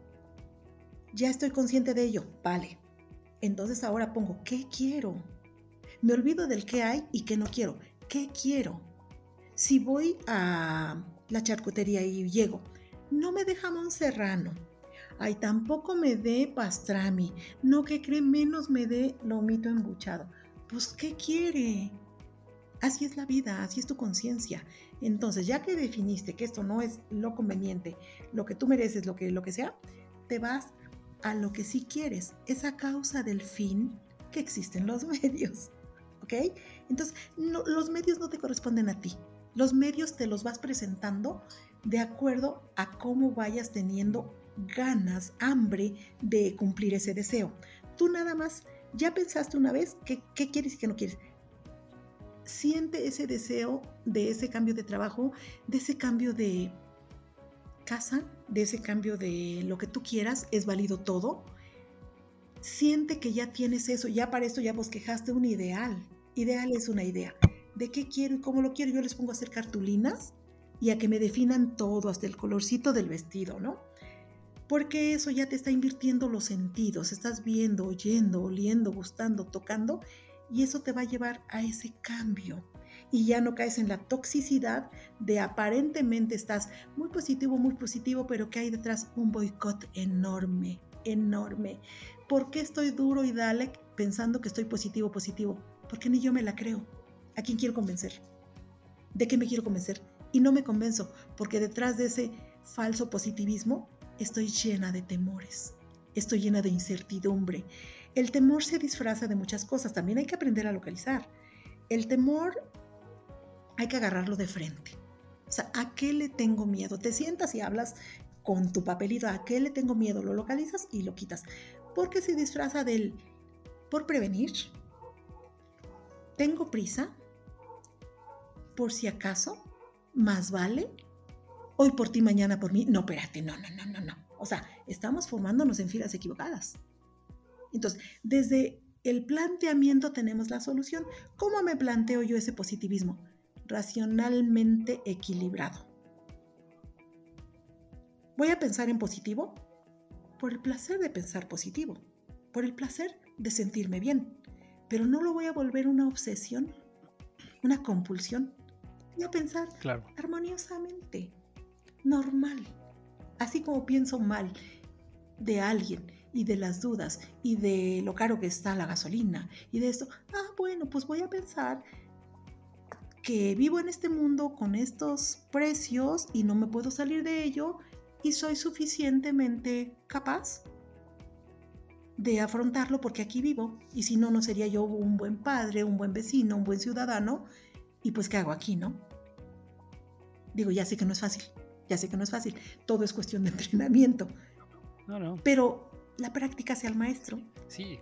Ya estoy consciente de ello, vale. Entonces ahora pongo, ¿qué quiero? Me olvido del qué hay y qué no quiero. ¿Qué quiero? Si voy a la charcutería y llego, no me dé jamón serrano. Ay, tampoco me dé pastrami. No, que cree, menos me dé lomito embuchado. Pues, ¿qué quiere? Así es la vida, así es tu conciencia. Entonces, ya que definiste que esto no es lo conveniente, lo que tú mereces, lo que, lo que sea, te vas a lo que sí quieres. Es a causa del fin que existen los medios. ¿Ok? Entonces, no, los medios no te corresponden a ti. Los medios te los vas presentando de acuerdo a cómo vayas teniendo ganas, hambre de cumplir ese deseo. Tú nada más ya pensaste una vez qué, qué quieres y qué no quieres. Siente ese deseo de ese cambio de trabajo, de ese cambio de casa, de ese cambio de lo que tú quieras, es válido todo. Siente que ya tienes eso, ya para esto ya bosquejaste un ideal. Ideal es una idea. ¿De qué quiero y cómo lo quiero? Yo les pongo a hacer cartulinas y a que me definan todo, hasta el colorcito del vestido, ¿no? Porque eso ya te está invirtiendo los sentidos. Estás viendo, oyendo, oliendo, gustando, tocando, y eso te va a llevar a ese cambio. Y ya no caes en la toxicidad de aparentemente estás muy positivo, muy positivo, pero que hay detrás un boicot enorme, enorme. ¿Por qué estoy duro y dale pensando que estoy positivo, positivo? Porque ni yo me la creo. ¿A quién quiero convencer? ¿De qué me quiero convencer? Y no me convenzo, porque detrás de ese falso positivismo estoy llena de temores, estoy llena de incertidumbre. El temor se disfraza de muchas cosas, también hay que aprender a localizar. El temor hay que agarrarlo de frente. O sea, ¿a qué le tengo miedo? Te sientas y hablas con tu papelito, ¿a qué le tengo miedo? Lo localizas y lo quitas. Porque se disfraza del por prevenir, tengo prisa, por si acaso, más vale, hoy por ti, mañana por mí. No, espérate, no, no, no, no, no. O sea, estamos formándonos en filas equivocadas. Entonces, desde el planteamiento tenemos la solución. ¿Cómo me planteo yo ese positivismo? Racionalmente equilibrado. Voy a pensar en positivo por el placer de pensar positivo, por el placer de sentirme bien, pero no lo voy a volver una obsesión, una compulsión. Voy a pensar Claro. armoniosamente, normal, así como pienso mal de alguien y de las dudas y de lo caro que está la gasolina y de esto. Ah, bueno, pues voy a pensar que vivo en este mundo con estos precios y no me puedo salir de ello y soy suficientemente capaz de afrontarlo porque aquí vivo, y si no, no sería yo un buen padre, un buen vecino, un buen ciudadano, y pues ¿qué hago aquí, no? Digo, ya sé que no es fácil, ya sé que no es fácil, todo es cuestión de entrenamiento, No, no. pero la práctica hace al maestro. Sí.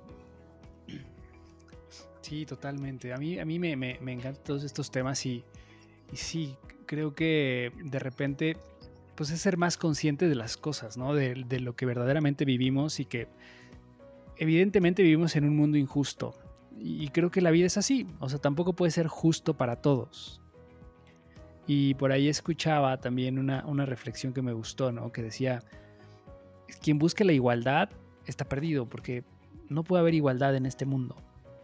Sí, totalmente. A mí, a mí me, me, me encantan todos estos temas y, y sí, creo que de repente pues es ser más consciente de las cosas, ¿no? De, de lo que verdaderamente vivimos y que evidentemente vivimos en un mundo injusto y creo que la vida es así, o sea, tampoco puede ser justo para todos. Y por ahí escuchaba también una, una reflexión que me gustó, ¿no? Que decía, quien busque la igualdad está perdido porque no puede haber igualdad en este mundo.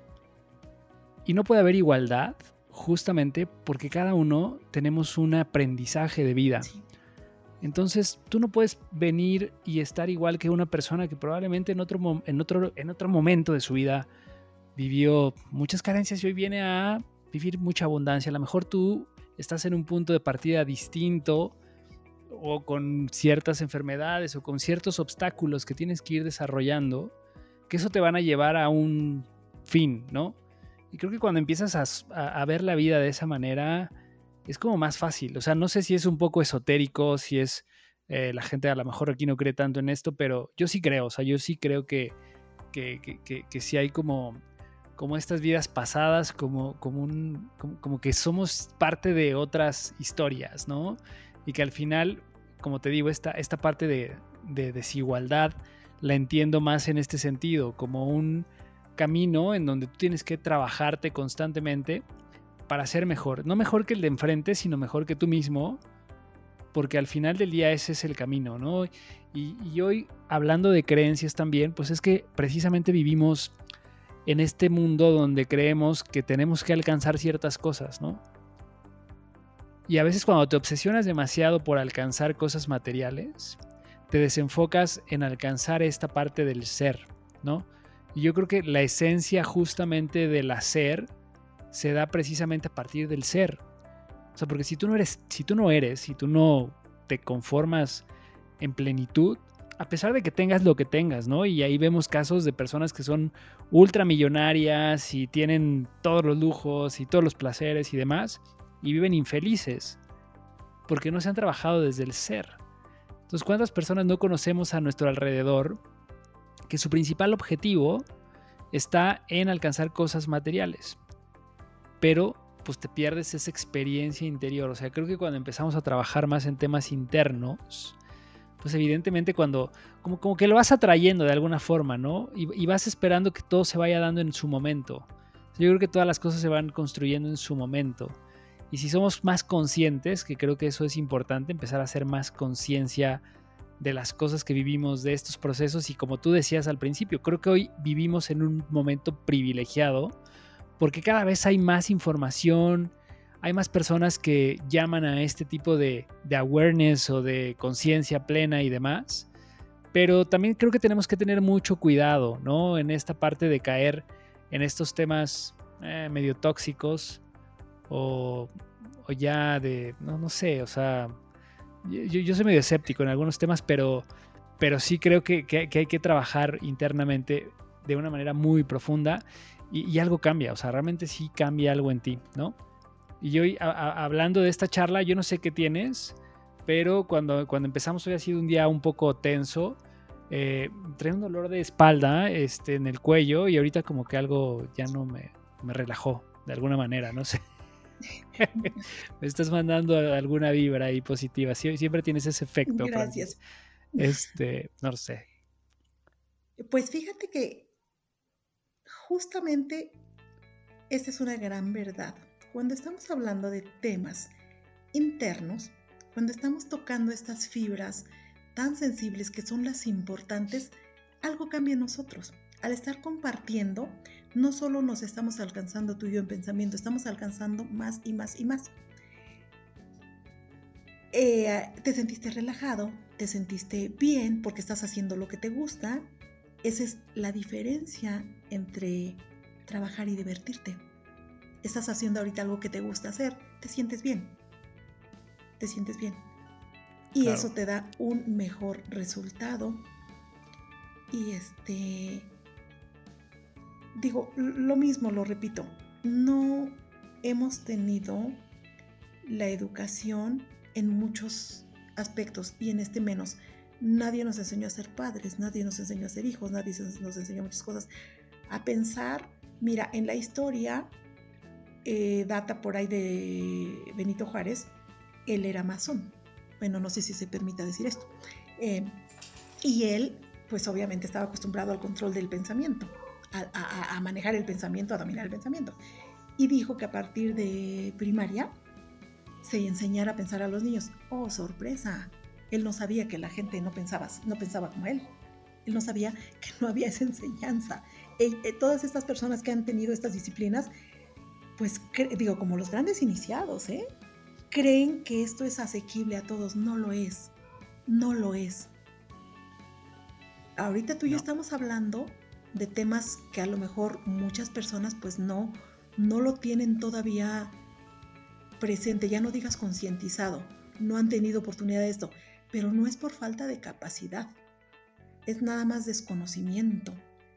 Y no puede haber igualdad justamente porque cada uno tenemos un aprendizaje de vida. Sí. Entonces, tú no puedes venir y estar igual que una persona que probablemente en otro, en otro, en otro momento de su vida vivió muchas carencias y hoy viene a vivir mucha abundancia. A lo mejor tú estás en un punto de partida distinto o con ciertas enfermedades o con ciertos obstáculos que tienes que ir desarrollando, que eso te van a llevar a un fin, ¿no? Y creo que cuando empiezas a, a, a ver la vida de esa manera, es como más fácil. O sea, no sé si es un poco esotérico, si es eh, la gente a lo mejor aquí no cree tanto en esto, pero yo sí creo. O sea, yo sí creo que, que, que, que, que sí hay como, como estas vidas pasadas, como, como, un, como, como que somos parte de otras historias, ¿no? Y que al final, como te digo, esta, esta parte de, de desigualdad la entiendo más en este sentido, como un camino en donde tú tienes que trabajarte constantemente para ser mejor, no mejor que el de enfrente, sino mejor que tú mismo, porque al final del día ese es el camino, ¿no? Y, y hoy, hablando de creencias también, pues es que precisamente vivimos en este mundo donde creemos que tenemos que alcanzar ciertas cosas, ¿no? Y a veces cuando te obsesionas demasiado por alcanzar cosas materiales, te desenfocas en alcanzar esta parte del ser, ¿no? Y yo creo que la esencia justamente del hacer se da precisamente a partir del ser. O sea, porque si tú no eres, si tú no eres, si tú no te conformas en plenitud, a pesar de que tengas lo que tengas, ¿no? Y ahí vemos casos de personas que son ultramillonarias y tienen todos los lujos y todos los placeres y demás, y viven infelices, porque no se han trabajado desde el ser. Entonces, ¿cuántas personas no conocemos a nuestro alrededor que su principal objetivo está en alcanzar cosas materiales? Pero pues te pierdes esa experiencia interior. O sea, creo que cuando empezamos a trabajar más en temas internos, pues evidentemente cuando, como, como que lo vas atrayendo de alguna forma, ¿no? Y, y vas esperando que todo se vaya dando en su momento. O sea, yo creo que todas las cosas se van construyendo en su momento. Y si somos más conscientes, que creo que eso es importante, empezar a hacer más conciencia de las cosas que vivimos, de estos procesos. Y como tú decías al principio, creo que hoy vivimos en un momento privilegiado, porque cada vez hay más información, hay más personas que llaman a este tipo de, de awareness o de conciencia plena y demás, pero también creo que tenemos que tener mucho cuidado, ¿no? En esta parte de caer en estos temas eh, medio tóxicos o, o ya de, no, no sé, o sea, yo, yo soy medio escéptico en algunos temas, pero, pero sí creo que, que, que hay que trabajar internamente de una manera muy profunda. Y, y algo cambia, o sea, realmente sí cambia algo en ti, ¿no? Y hoy, a, a, hablando de esta charla, yo no sé qué tienes, pero cuando, cuando empezamos hoy ha sido un día un poco tenso. Eh, traía un dolor de espalda este, en el cuello y ahorita como que algo ya no me, me relajó de alguna manera, no sé. Me estás mandando alguna vibra ahí positiva. Sie- siempre tienes ese efecto, Gracias. Francis. Este, no sé. Pues fíjate que justamente esta es una gran verdad. Cuando estamos hablando de temas internos, cuando estamos tocando estas fibras tan sensibles, que son las importantes, algo cambia en nosotros. Al estar compartiendo, no solo nos estamos alcanzando tú y yo en pensamiento, estamos alcanzando más y más y más. Eh, te sentiste relajado, te sentiste bien porque estás haciendo lo que te gusta. Esa es la diferencia entre trabajar y divertirte. Estás haciendo ahorita algo que te gusta hacer, te sientes bien, te sientes bien. Y claro, eso te da un mejor resultado. Y este, digo, lo mismo, lo repito, no hemos tenido la educación en muchos aspectos y en este menos. Nadie nos enseñó a ser padres, nadie nos enseñó a ser hijos, nadie nos enseñó muchas cosas. A pensar, mira, en la historia, eh, data por ahí de Benito Juárez, él era masón. Bueno, no sé si se permita decir esto. Eh, y él, pues obviamente estaba acostumbrado al control del pensamiento, a, a, a manejar el pensamiento, a dominar el pensamiento. Y dijo que a partir de primaria se enseñara a pensar a los niños. ¡Oh, sorpresa! Él no sabía que la gente no pensaba, no pensaba como él. Él no sabía que no había esa enseñanza. E, e, todas estas personas que han tenido estas disciplinas, pues cre- digo, como los grandes iniciados, ¿eh? creen que esto es asequible a todos. No lo es. No lo es. Ahorita tú y yo no. estamos hablando de temas que a lo mejor muchas personas pues no, no lo tienen todavía presente, ya no digas concientizado, no han tenido oportunidad de esto, pero no es por falta de capacidad, es nada más desconocimiento.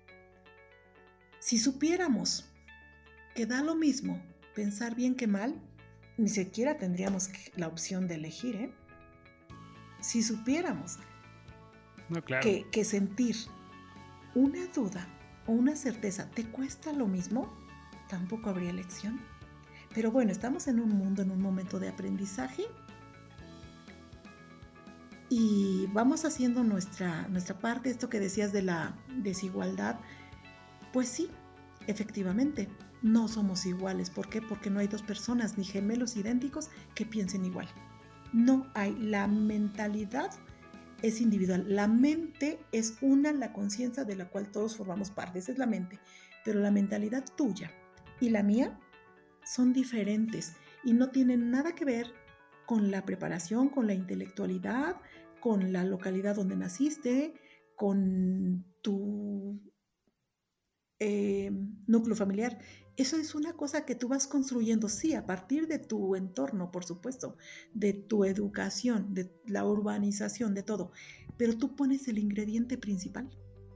Si supiéramos que da lo mismo pensar bien que mal, ni siquiera tendríamos la opción de elegir, ¿eh? Si supiéramos no, claro. que, que sentir una duda o una certeza te cuesta lo mismo, tampoco habría elección. Pero bueno, estamos en un mundo, en un momento de aprendizaje y vamos haciendo nuestra, nuestra parte. Esto que decías de la desigualdad, pues sí, efectivamente, no somos iguales. ¿Por qué? Porque no hay dos personas ni gemelos idénticos que piensen igual. No hay. La mentalidad es individual. La mente es una, la conciencia de la cual todos formamos parte. Esa es la mente. Pero la mentalidad tuya y la mía son diferentes y no tienen nada que ver con la preparación, con la intelectualidad, con la localidad donde naciste, con tu eh, núcleo familiar. Eso es una cosa que tú vas construyendo, sí, a partir de tu entorno, por supuesto, de tu educación, de la urbanización, de todo. Pero tú pones el ingrediente principal.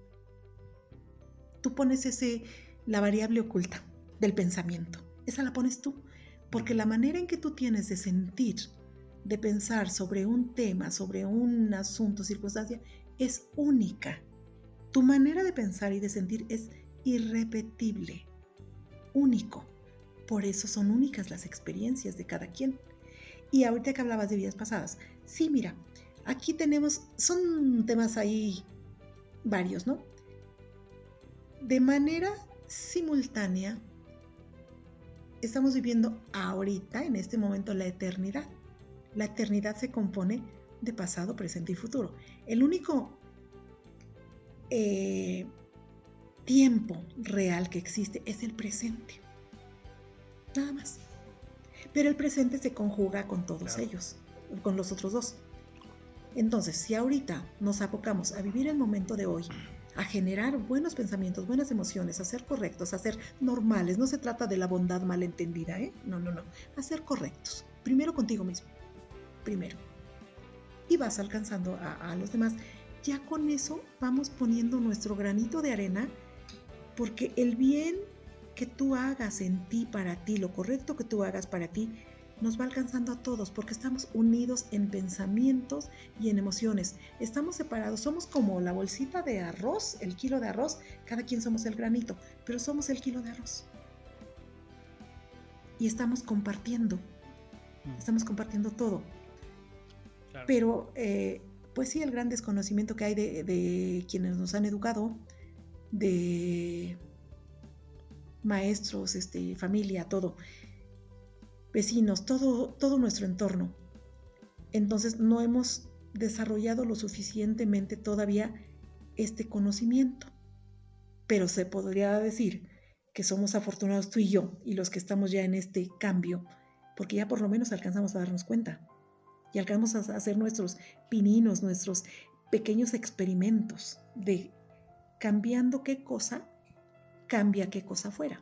Tú pones ese, la variable oculta del pensamiento. Esa la pones tú, porque la manera en que tú tienes de sentir, de pensar sobre un tema, sobre un asunto, circunstancia, es única. Tu manera de pensar y de sentir es irrepetible, único. Por eso son únicas las experiencias de cada quien. Y ahorita que hablabas de vidas pasadas, sí, mira, aquí tenemos, son temas ahí varios, ¿no? De manera simultánea, estamos viviendo ahorita, en este momento, la eternidad. La eternidad se compone de pasado, presente y futuro. El único eh, tiempo real que existe es el presente. Nada más. Pero el presente se conjuga con todos claro. ellos, con los otros dos. Entonces, si ahorita nos abocamos a vivir el momento de hoy, a generar buenos pensamientos, buenas emociones, a ser correctos, a ser normales. No se trata de la bondad malentendida, ¿eh? No, no, no. A ser correctos. Primero contigo mismo. Primero. Y vas alcanzando a, a los demás. Ya con eso vamos poniendo nuestro granito de arena, porque el bien que tú hagas en ti, para ti, lo correcto que tú hagas para ti, nos va alcanzando a todos, porque estamos unidos en pensamientos y en emociones. Estamos separados, somos como la bolsita de arroz, el kilo de arroz, cada quien somos el granito, pero somos el kilo de arroz. Y estamos compartiendo, estamos compartiendo todo. Claro. Pero, eh, pues sí, el gran desconocimiento que hay de, de quienes nos han educado, de maestros, este, familia, todo, vecinos, todo, todo nuestro entorno. Entonces no hemos desarrollado lo suficientemente todavía este conocimiento. Pero se podría decir que somos afortunados tú y yo y los que estamos ya en este cambio, porque ya por lo menos alcanzamos a darnos cuenta y alcanzamos a hacer nuestros pininos, nuestros pequeños experimentos de cambiando qué cosa, cambia qué cosa fuera.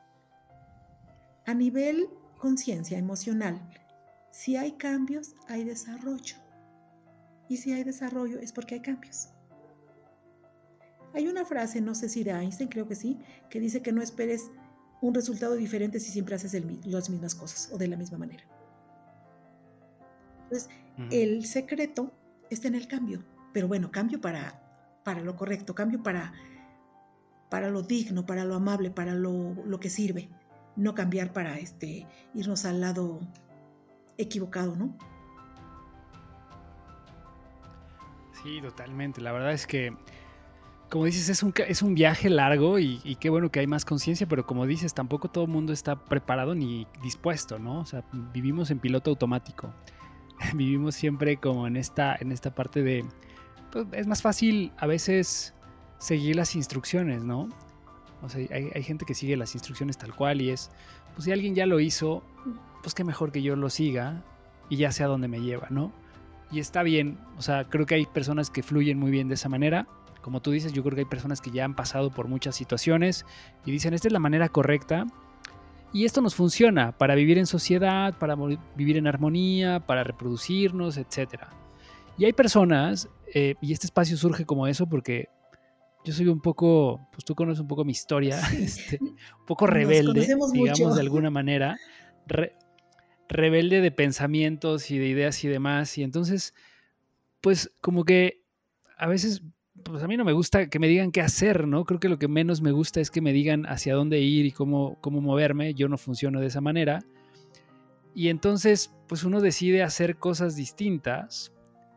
A nivel conciencia emocional, si hay cambios, hay desarrollo. Y si hay desarrollo es porque hay cambios. Hay una frase, no sé si de Einstein, creo que sí, que dice que no esperes un resultado diferente si siempre haces el, las mismas cosas o de la misma manera. Entonces, uh-huh. el secreto está en el cambio. Pero bueno, cambio para, para lo correcto, cambio para, para lo digno, para lo amable, para lo, lo que sirve. No cambiar para este, irnos al lado equivocado, ¿no? Sí, totalmente. La verdad es que, como dices, es un, es un viaje largo y, y qué bueno que hay más conciencia, pero como dices, tampoco todo el mundo está preparado ni dispuesto, ¿no? O sea, vivimos en piloto automático. Vivimos siempre como en esta, en esta parte de... Pues es más fácil a veces seguir las instrucciones, ¿no? O sea, hay, hay gente que sigue las instrucciones tal cual y es, pues si alguien ya lo hizo, pues qué mejor que yo lo siga y ya sé a dónde me lleva, ¿no? Y está bien, o sea, creo que hay personas que fluyen muy bien de esa manera. Como tú dices, yo creo que hay personas que ya han pasado por muchas situaciones y dicen, esta es la manera correcta y esto nos funciona para vivir en sociedad, para vivir en armonía, para reproducirnos, etcétera. Y hay personas, eh, y este espacio surge como eso porque yo soy un poco, pues tú conoces un poco mi historia, sí. este, un poco rebelde, digamos mucho. De alguna manera, re, rebelde de pensamientos y de ideas y demás. Y entonces, pues como que a veces, pues a mí no me gusta que me digan qué hacer, ¿no? Creo que lo que menos me gusta es que me digan hacia dónde ir y cómo, cómo moverme. Yo no funciono de esa manera. Y entonces, pues uno decide hacer cosas distintas.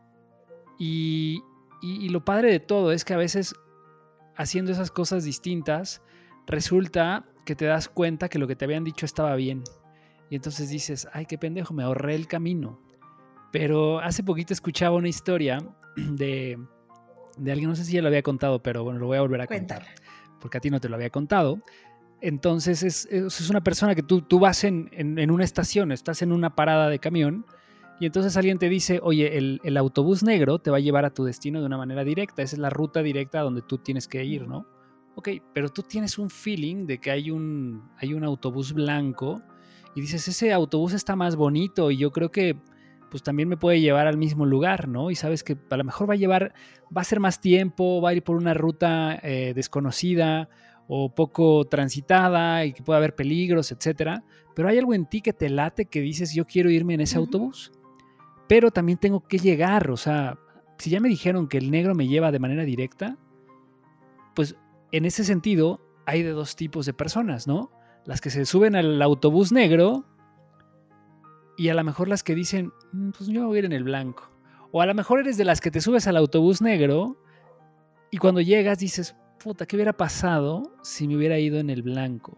Y, y, y lo padre de todo es que a veces haciendo esas cosas distintas resulta que te das cuenta que lo que te habían dicho estaba bien y entonces dices, ay, qué pendejo, me ahorré el camino. Pero hace poquito escuchaba una historia de, de alguien, no sé si ya lo había contado, pero bueno, lo voy a volver a Cuéntame. contar porque a ti no te lo había contado. Entonces es, es una persona que tú, tú vas en, en, en una estación, estás en una parada de camión y entonces alguien te dice, oye, el, el autobús negro te va a llevar a tu destino de una manera directa. Esa es la ruta directa a donde tú tienes que ir, ¿no? Ok, pero tú tienes un feeling de que hay un, hay un autobús blanco y dices, ese autobús está más bonito y yo creo que pues también me puede llevar al mismo lugar, ¿no? Y sabes que a lo mejor va a llevar, va a ser más tiempo, va a ir por una ruta eh, desconocida o poco transitada y que pueda haber peligros, etcétera. Pero hay algo en ti que te late que dices, yo quiero irme en ese uh-huh. autobús. Pero también tengo que llegar, o sea, si ya me dijeron que el negro me lleva de manera directa, pues en ese sentido hay de dos tipos de personas, ¿no? Las que se suben al autobús negro y a lo mejor las que dicen, pues yo voy a ir en el blanco. O a lo mejor eres de las que te subes al autobús negro y cuando llegas dices, puta, ¿qué hubiera pasado si me hubiera ido en el blanco?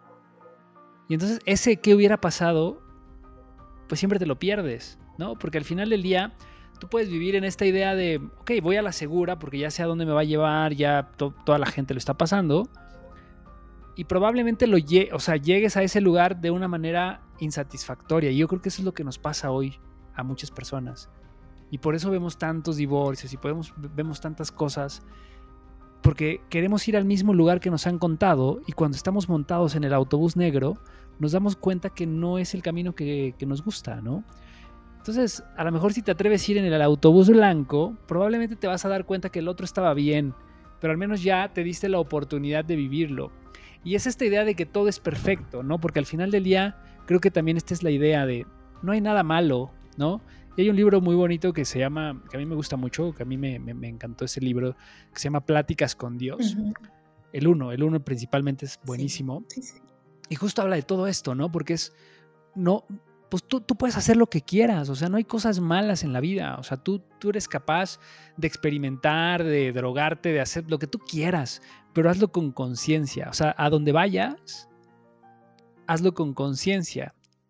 Y entonces ese ¿qué hubiera pasado? Pues siempre te lo pierdes, ¿no? Porque al final del día tú puedes vivir en esta idea de, ok, voy a la segura porque ya sé a dónde me va a llevar, ya to- toda la gente lo está pasando y probablemente lo lle- o sea, llegues a ese lugar de una manera insatisfactoria y yo creo que eso es lo que nos pasa hoy a muchas personas y por eso vemos tantos divorcios y podemos, vemos tantas cosas porque queremos ir al mismo lugar que nos han contado y cuando estamos montados en el autobús negro nos damos cuenta que no es el camino que, que nos gusta, ¿no? Entonces, a lo mejor si te atreves a ir en el autobús blanco, probablemente te vas a dar cuenta que el otro estaba bien, pero al menos ya te diste la oportunidad de vivirlo. Y es esta idea de que todo es perfecto, ¿no? Porque al final del día, creo que también esta es la idea de no hay nada malo, ¿no? Y hay un libro muy bonito que se llama, que a mí me gusta mucho, que a mí me, me, me encantó ese libro, que se llama Pláticas con Dios. Uh-huh. El uno, el uno principalmente es buenísimo. Sí, sí, sí. Y justo habla de todo esto, ¿no? Porque es, no... pues tú, tú puedes hacer lo que quieras, o sea, no hay cosas malas en la vida, o sea, tú, tú eres capaz de experimentar, de drogarte, de hacer lo que tú quieras, pero hazlo con conciencia, o sea, a donde vayas, hazlo con conciencia.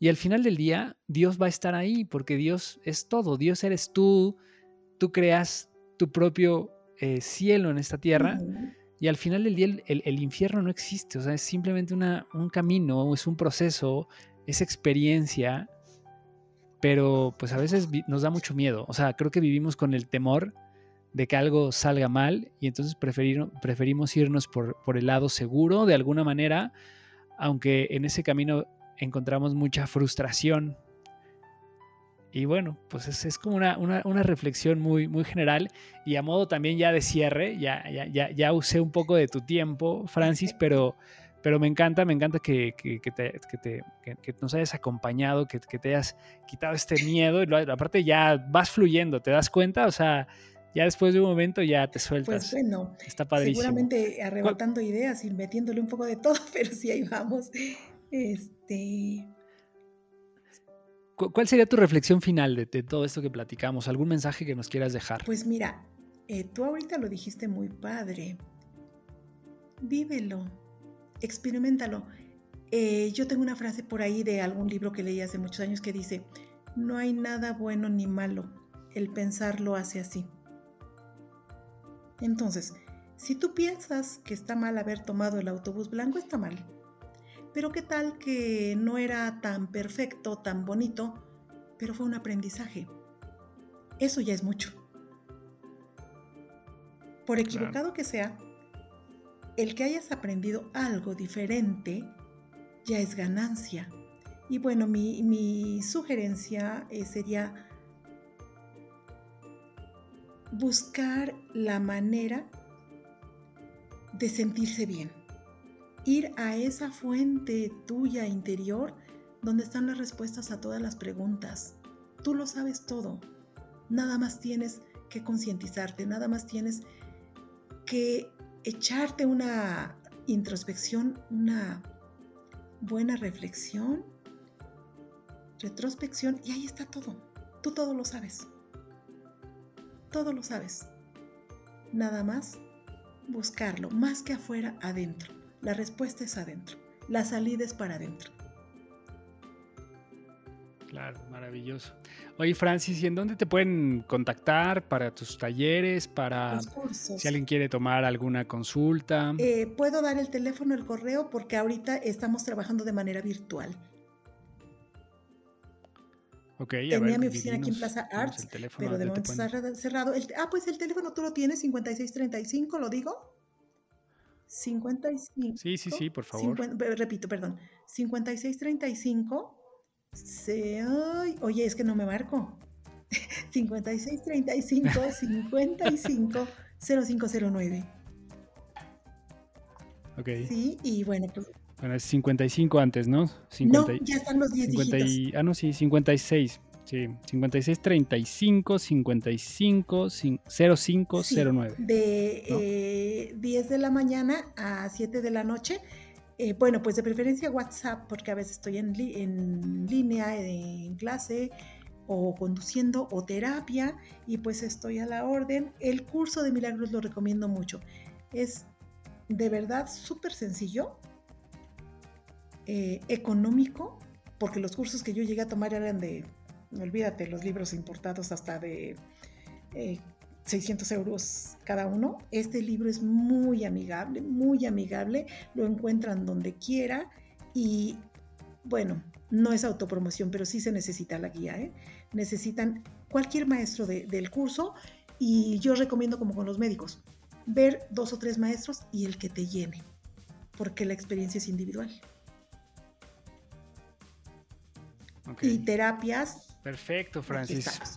Y al final del día, Dios va a estar ahí porque Dios es todo. Dios eres tú, tú creas tu propio eh, cielo en esta tierra. Ujú. Y al final del día el, el, el infierno no existe. O sea, es simplemente una, un camino, es un proceso, es experiencia. Pero pues a veces vi- nos da mucho miedo. O sea, creo que vivimos con el temor de que algo salga mal y entonces preferir, preferimos irnos por, por el lado seguro de alguna manera, aunque en ese camino encontramos mucha frustración. Y bueno, pues es, es como una, una, una reflexión muy, muy general y a modo también ya de cierre, ya, ya, ya, ya usé un poco de tu tiempo, Francis, pero, pero me encanta, me encanta que, que, que, te, que, te, que, que nos hayas acompañado, que, que te hayas quitado este miedo y lo, aparte ya vas fluyendo, ¿te das cuenta? O sea, ya después de un momento ya te Pues sueltas. bueno, Está padrísimo. seguramente ¿Cuál, arrebatando ideas y metiéndole un poco de todo, pero sí ahí vamos. Este, cu- cuál sería tu reflexión final de, de todo esto que platicamos? ¿Algún mensaje que nos quieras dejar? pues mira, eh, tú ahorita lo dijiste muy padre. Vívelo, experiméntalo. Eh, yo tengo una frase por ahí de algún libro que leí hace muchos años que dice, no hay nada bueno ni malo, el pensar lo hace así. Entonces, si tú piensas que está mal haber tomado el autobús blanco, está mal. Pero qué tal que no era tan perfecto, tan bonito, pero fue un aprendizaje. Eso ya es mucho. Por equivocado Claro. que sea, el que hayas aprendido algo diferente ya es ganancia. Y bueno, mi, mi sugerencia eh, sería buscar la manera de sentirse bien. Ir a esa fuente tuya interior donde están las respuestas a todas las preguntas. Tú lo sabes todo. Nada más tienes que concientizarte, nada más tienes que echarte una introspección, una buena reflexión, retrospección, y ahí está todo. Tú todo lo sabes. Todo lo sabes. Nada más buscarlo, más que afuera, adentro. La respuesta es adentro. La salida es para adentro. Claro, maravilloso. Oye, Francis, ¿y en dónde te pueden contactar para tus talleres, para Los si cursos. alguien quiere tomar alguna consulta? Eh, puedo dar el teléfono, el correo, porque ahorita estamos trabajando de manera virtual. Ok, a Tenía ver, mi di- oficina aquí en dinos, Plaza dinos Arts, el teléfono pero de donde te momento pueden... está cerrado. El, ah, pues el teléfono tú lo tienes, cincuenta y seis treinta y cinco, ¿lo digo? cincuenta y Sí, sí, sí, cinco, por favor. cincuenta, repito, perdón, cincuenta y seis treinta y cinco, se, ay, oye, es que no me marco, cincuenta y seis treinta y cinco, cincuenta y cinco, cero cinco cero nueve. Ok. Sí, y bueno, pues, Bueno, es cincuenta y cinco antes, ¿no? cincuenta, no, ya están los diez cincuenta dígitos. y, ah, no, sí, cincuenta y seis. Sí, cincuenta y seis treinta y cinco, cincuenta y cinco, cero cinco cero Sí, nueve, de ¿no? eh, diez de la mañana a siete de la noche. Eh, bueno, pues de preferencia WhatsApp, porque a veces estoy en, li- en línea, en clase, o conduciendo, o terapia, y pues estoy a la orden. El curso de milagros lo recomiendo mucho. Es de verdad súper sencillo, eh, económico, porque los cursos que yo llegué a tomar eran de, olvídate, los libros importados hasta de eh, seiscientos euros cada uno. Este libro es muy amigable, muy amigable, lo encuentran donde quiera y bueno, no es autopromoción, pero sí se necesita la guía, ¿eh? Necesitan cualquier maestro de, del curso y yo recomiendo como con los médicos, ver dos o tres maestros y el que te llene, porque la experiencia es individual. Ok. Y terapias, Perfecto, aquí Francis. estamos.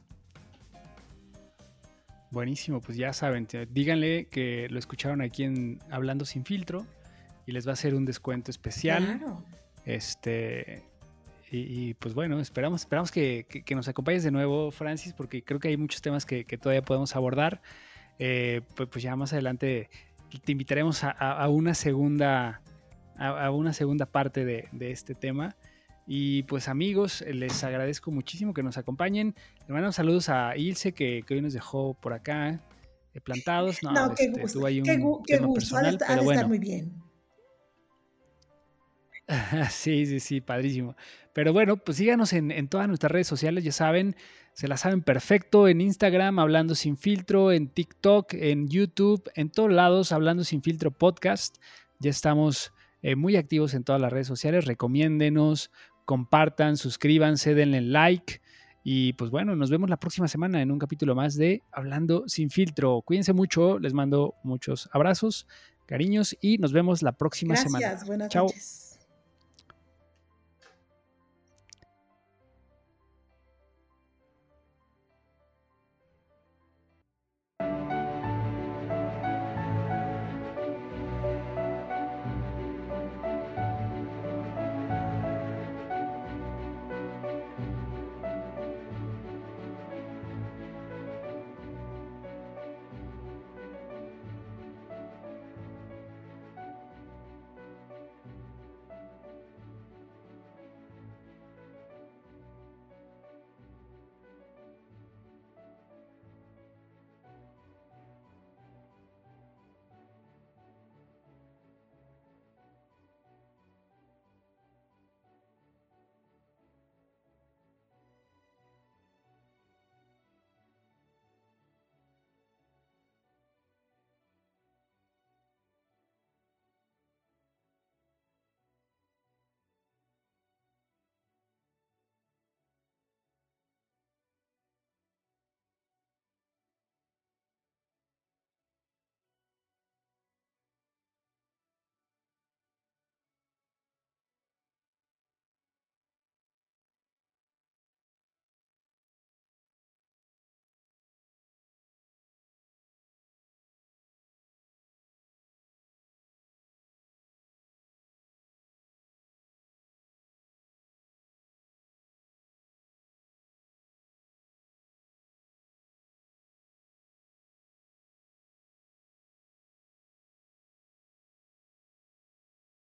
Buenísimo, pues ya saben, te- díganle que lo escucharon aquí en Hablando Sin Filtro y les va a hacer un descuento especial. Claro. Este, y, y, pues bueno, esperamos, esperamos que, que- que nos acompañes de nuevo, Francis, porque creo que hay muchos temas que, que todavía podemos abordar. Eh, pues, pues ya más adelante te invitaremos a, a- a una segunda, a, a una segunda parte de, de este tema. Y pues amigos, les agradezco muchísimo que nos acompañen. Le mandamos saludos a Ilse que, que hoy nos dejó por acá eh, plantados. No, No, qué este, gusto, tuvo ahí qué, un gu- qué tema gusto, ha de, personal, ha pero de estar bueno. muy bien. Sí, sí, sí, padrísimo. Pero bueno, pues síganos en, en todas nuestras redes sociales, ya saben, se las saben perfecto, en Instagram, Hablando Sin Filtro, en TikTok, en YouTube, en todos lados, Hablando Sin Filtro Podcast. Ya estamos eh, muy activos en todas las redes sociales, recomiéndenos, compartan, suscríbanse, denle like. Y pues bueno, nos vemos la próxima semana en un capítulo más de Hablando Sin Filtro. Cuídense mucho, les mando muchos abrazos, cariños y nos vemos la próxima semana. Gracias, buenas Chao. noches.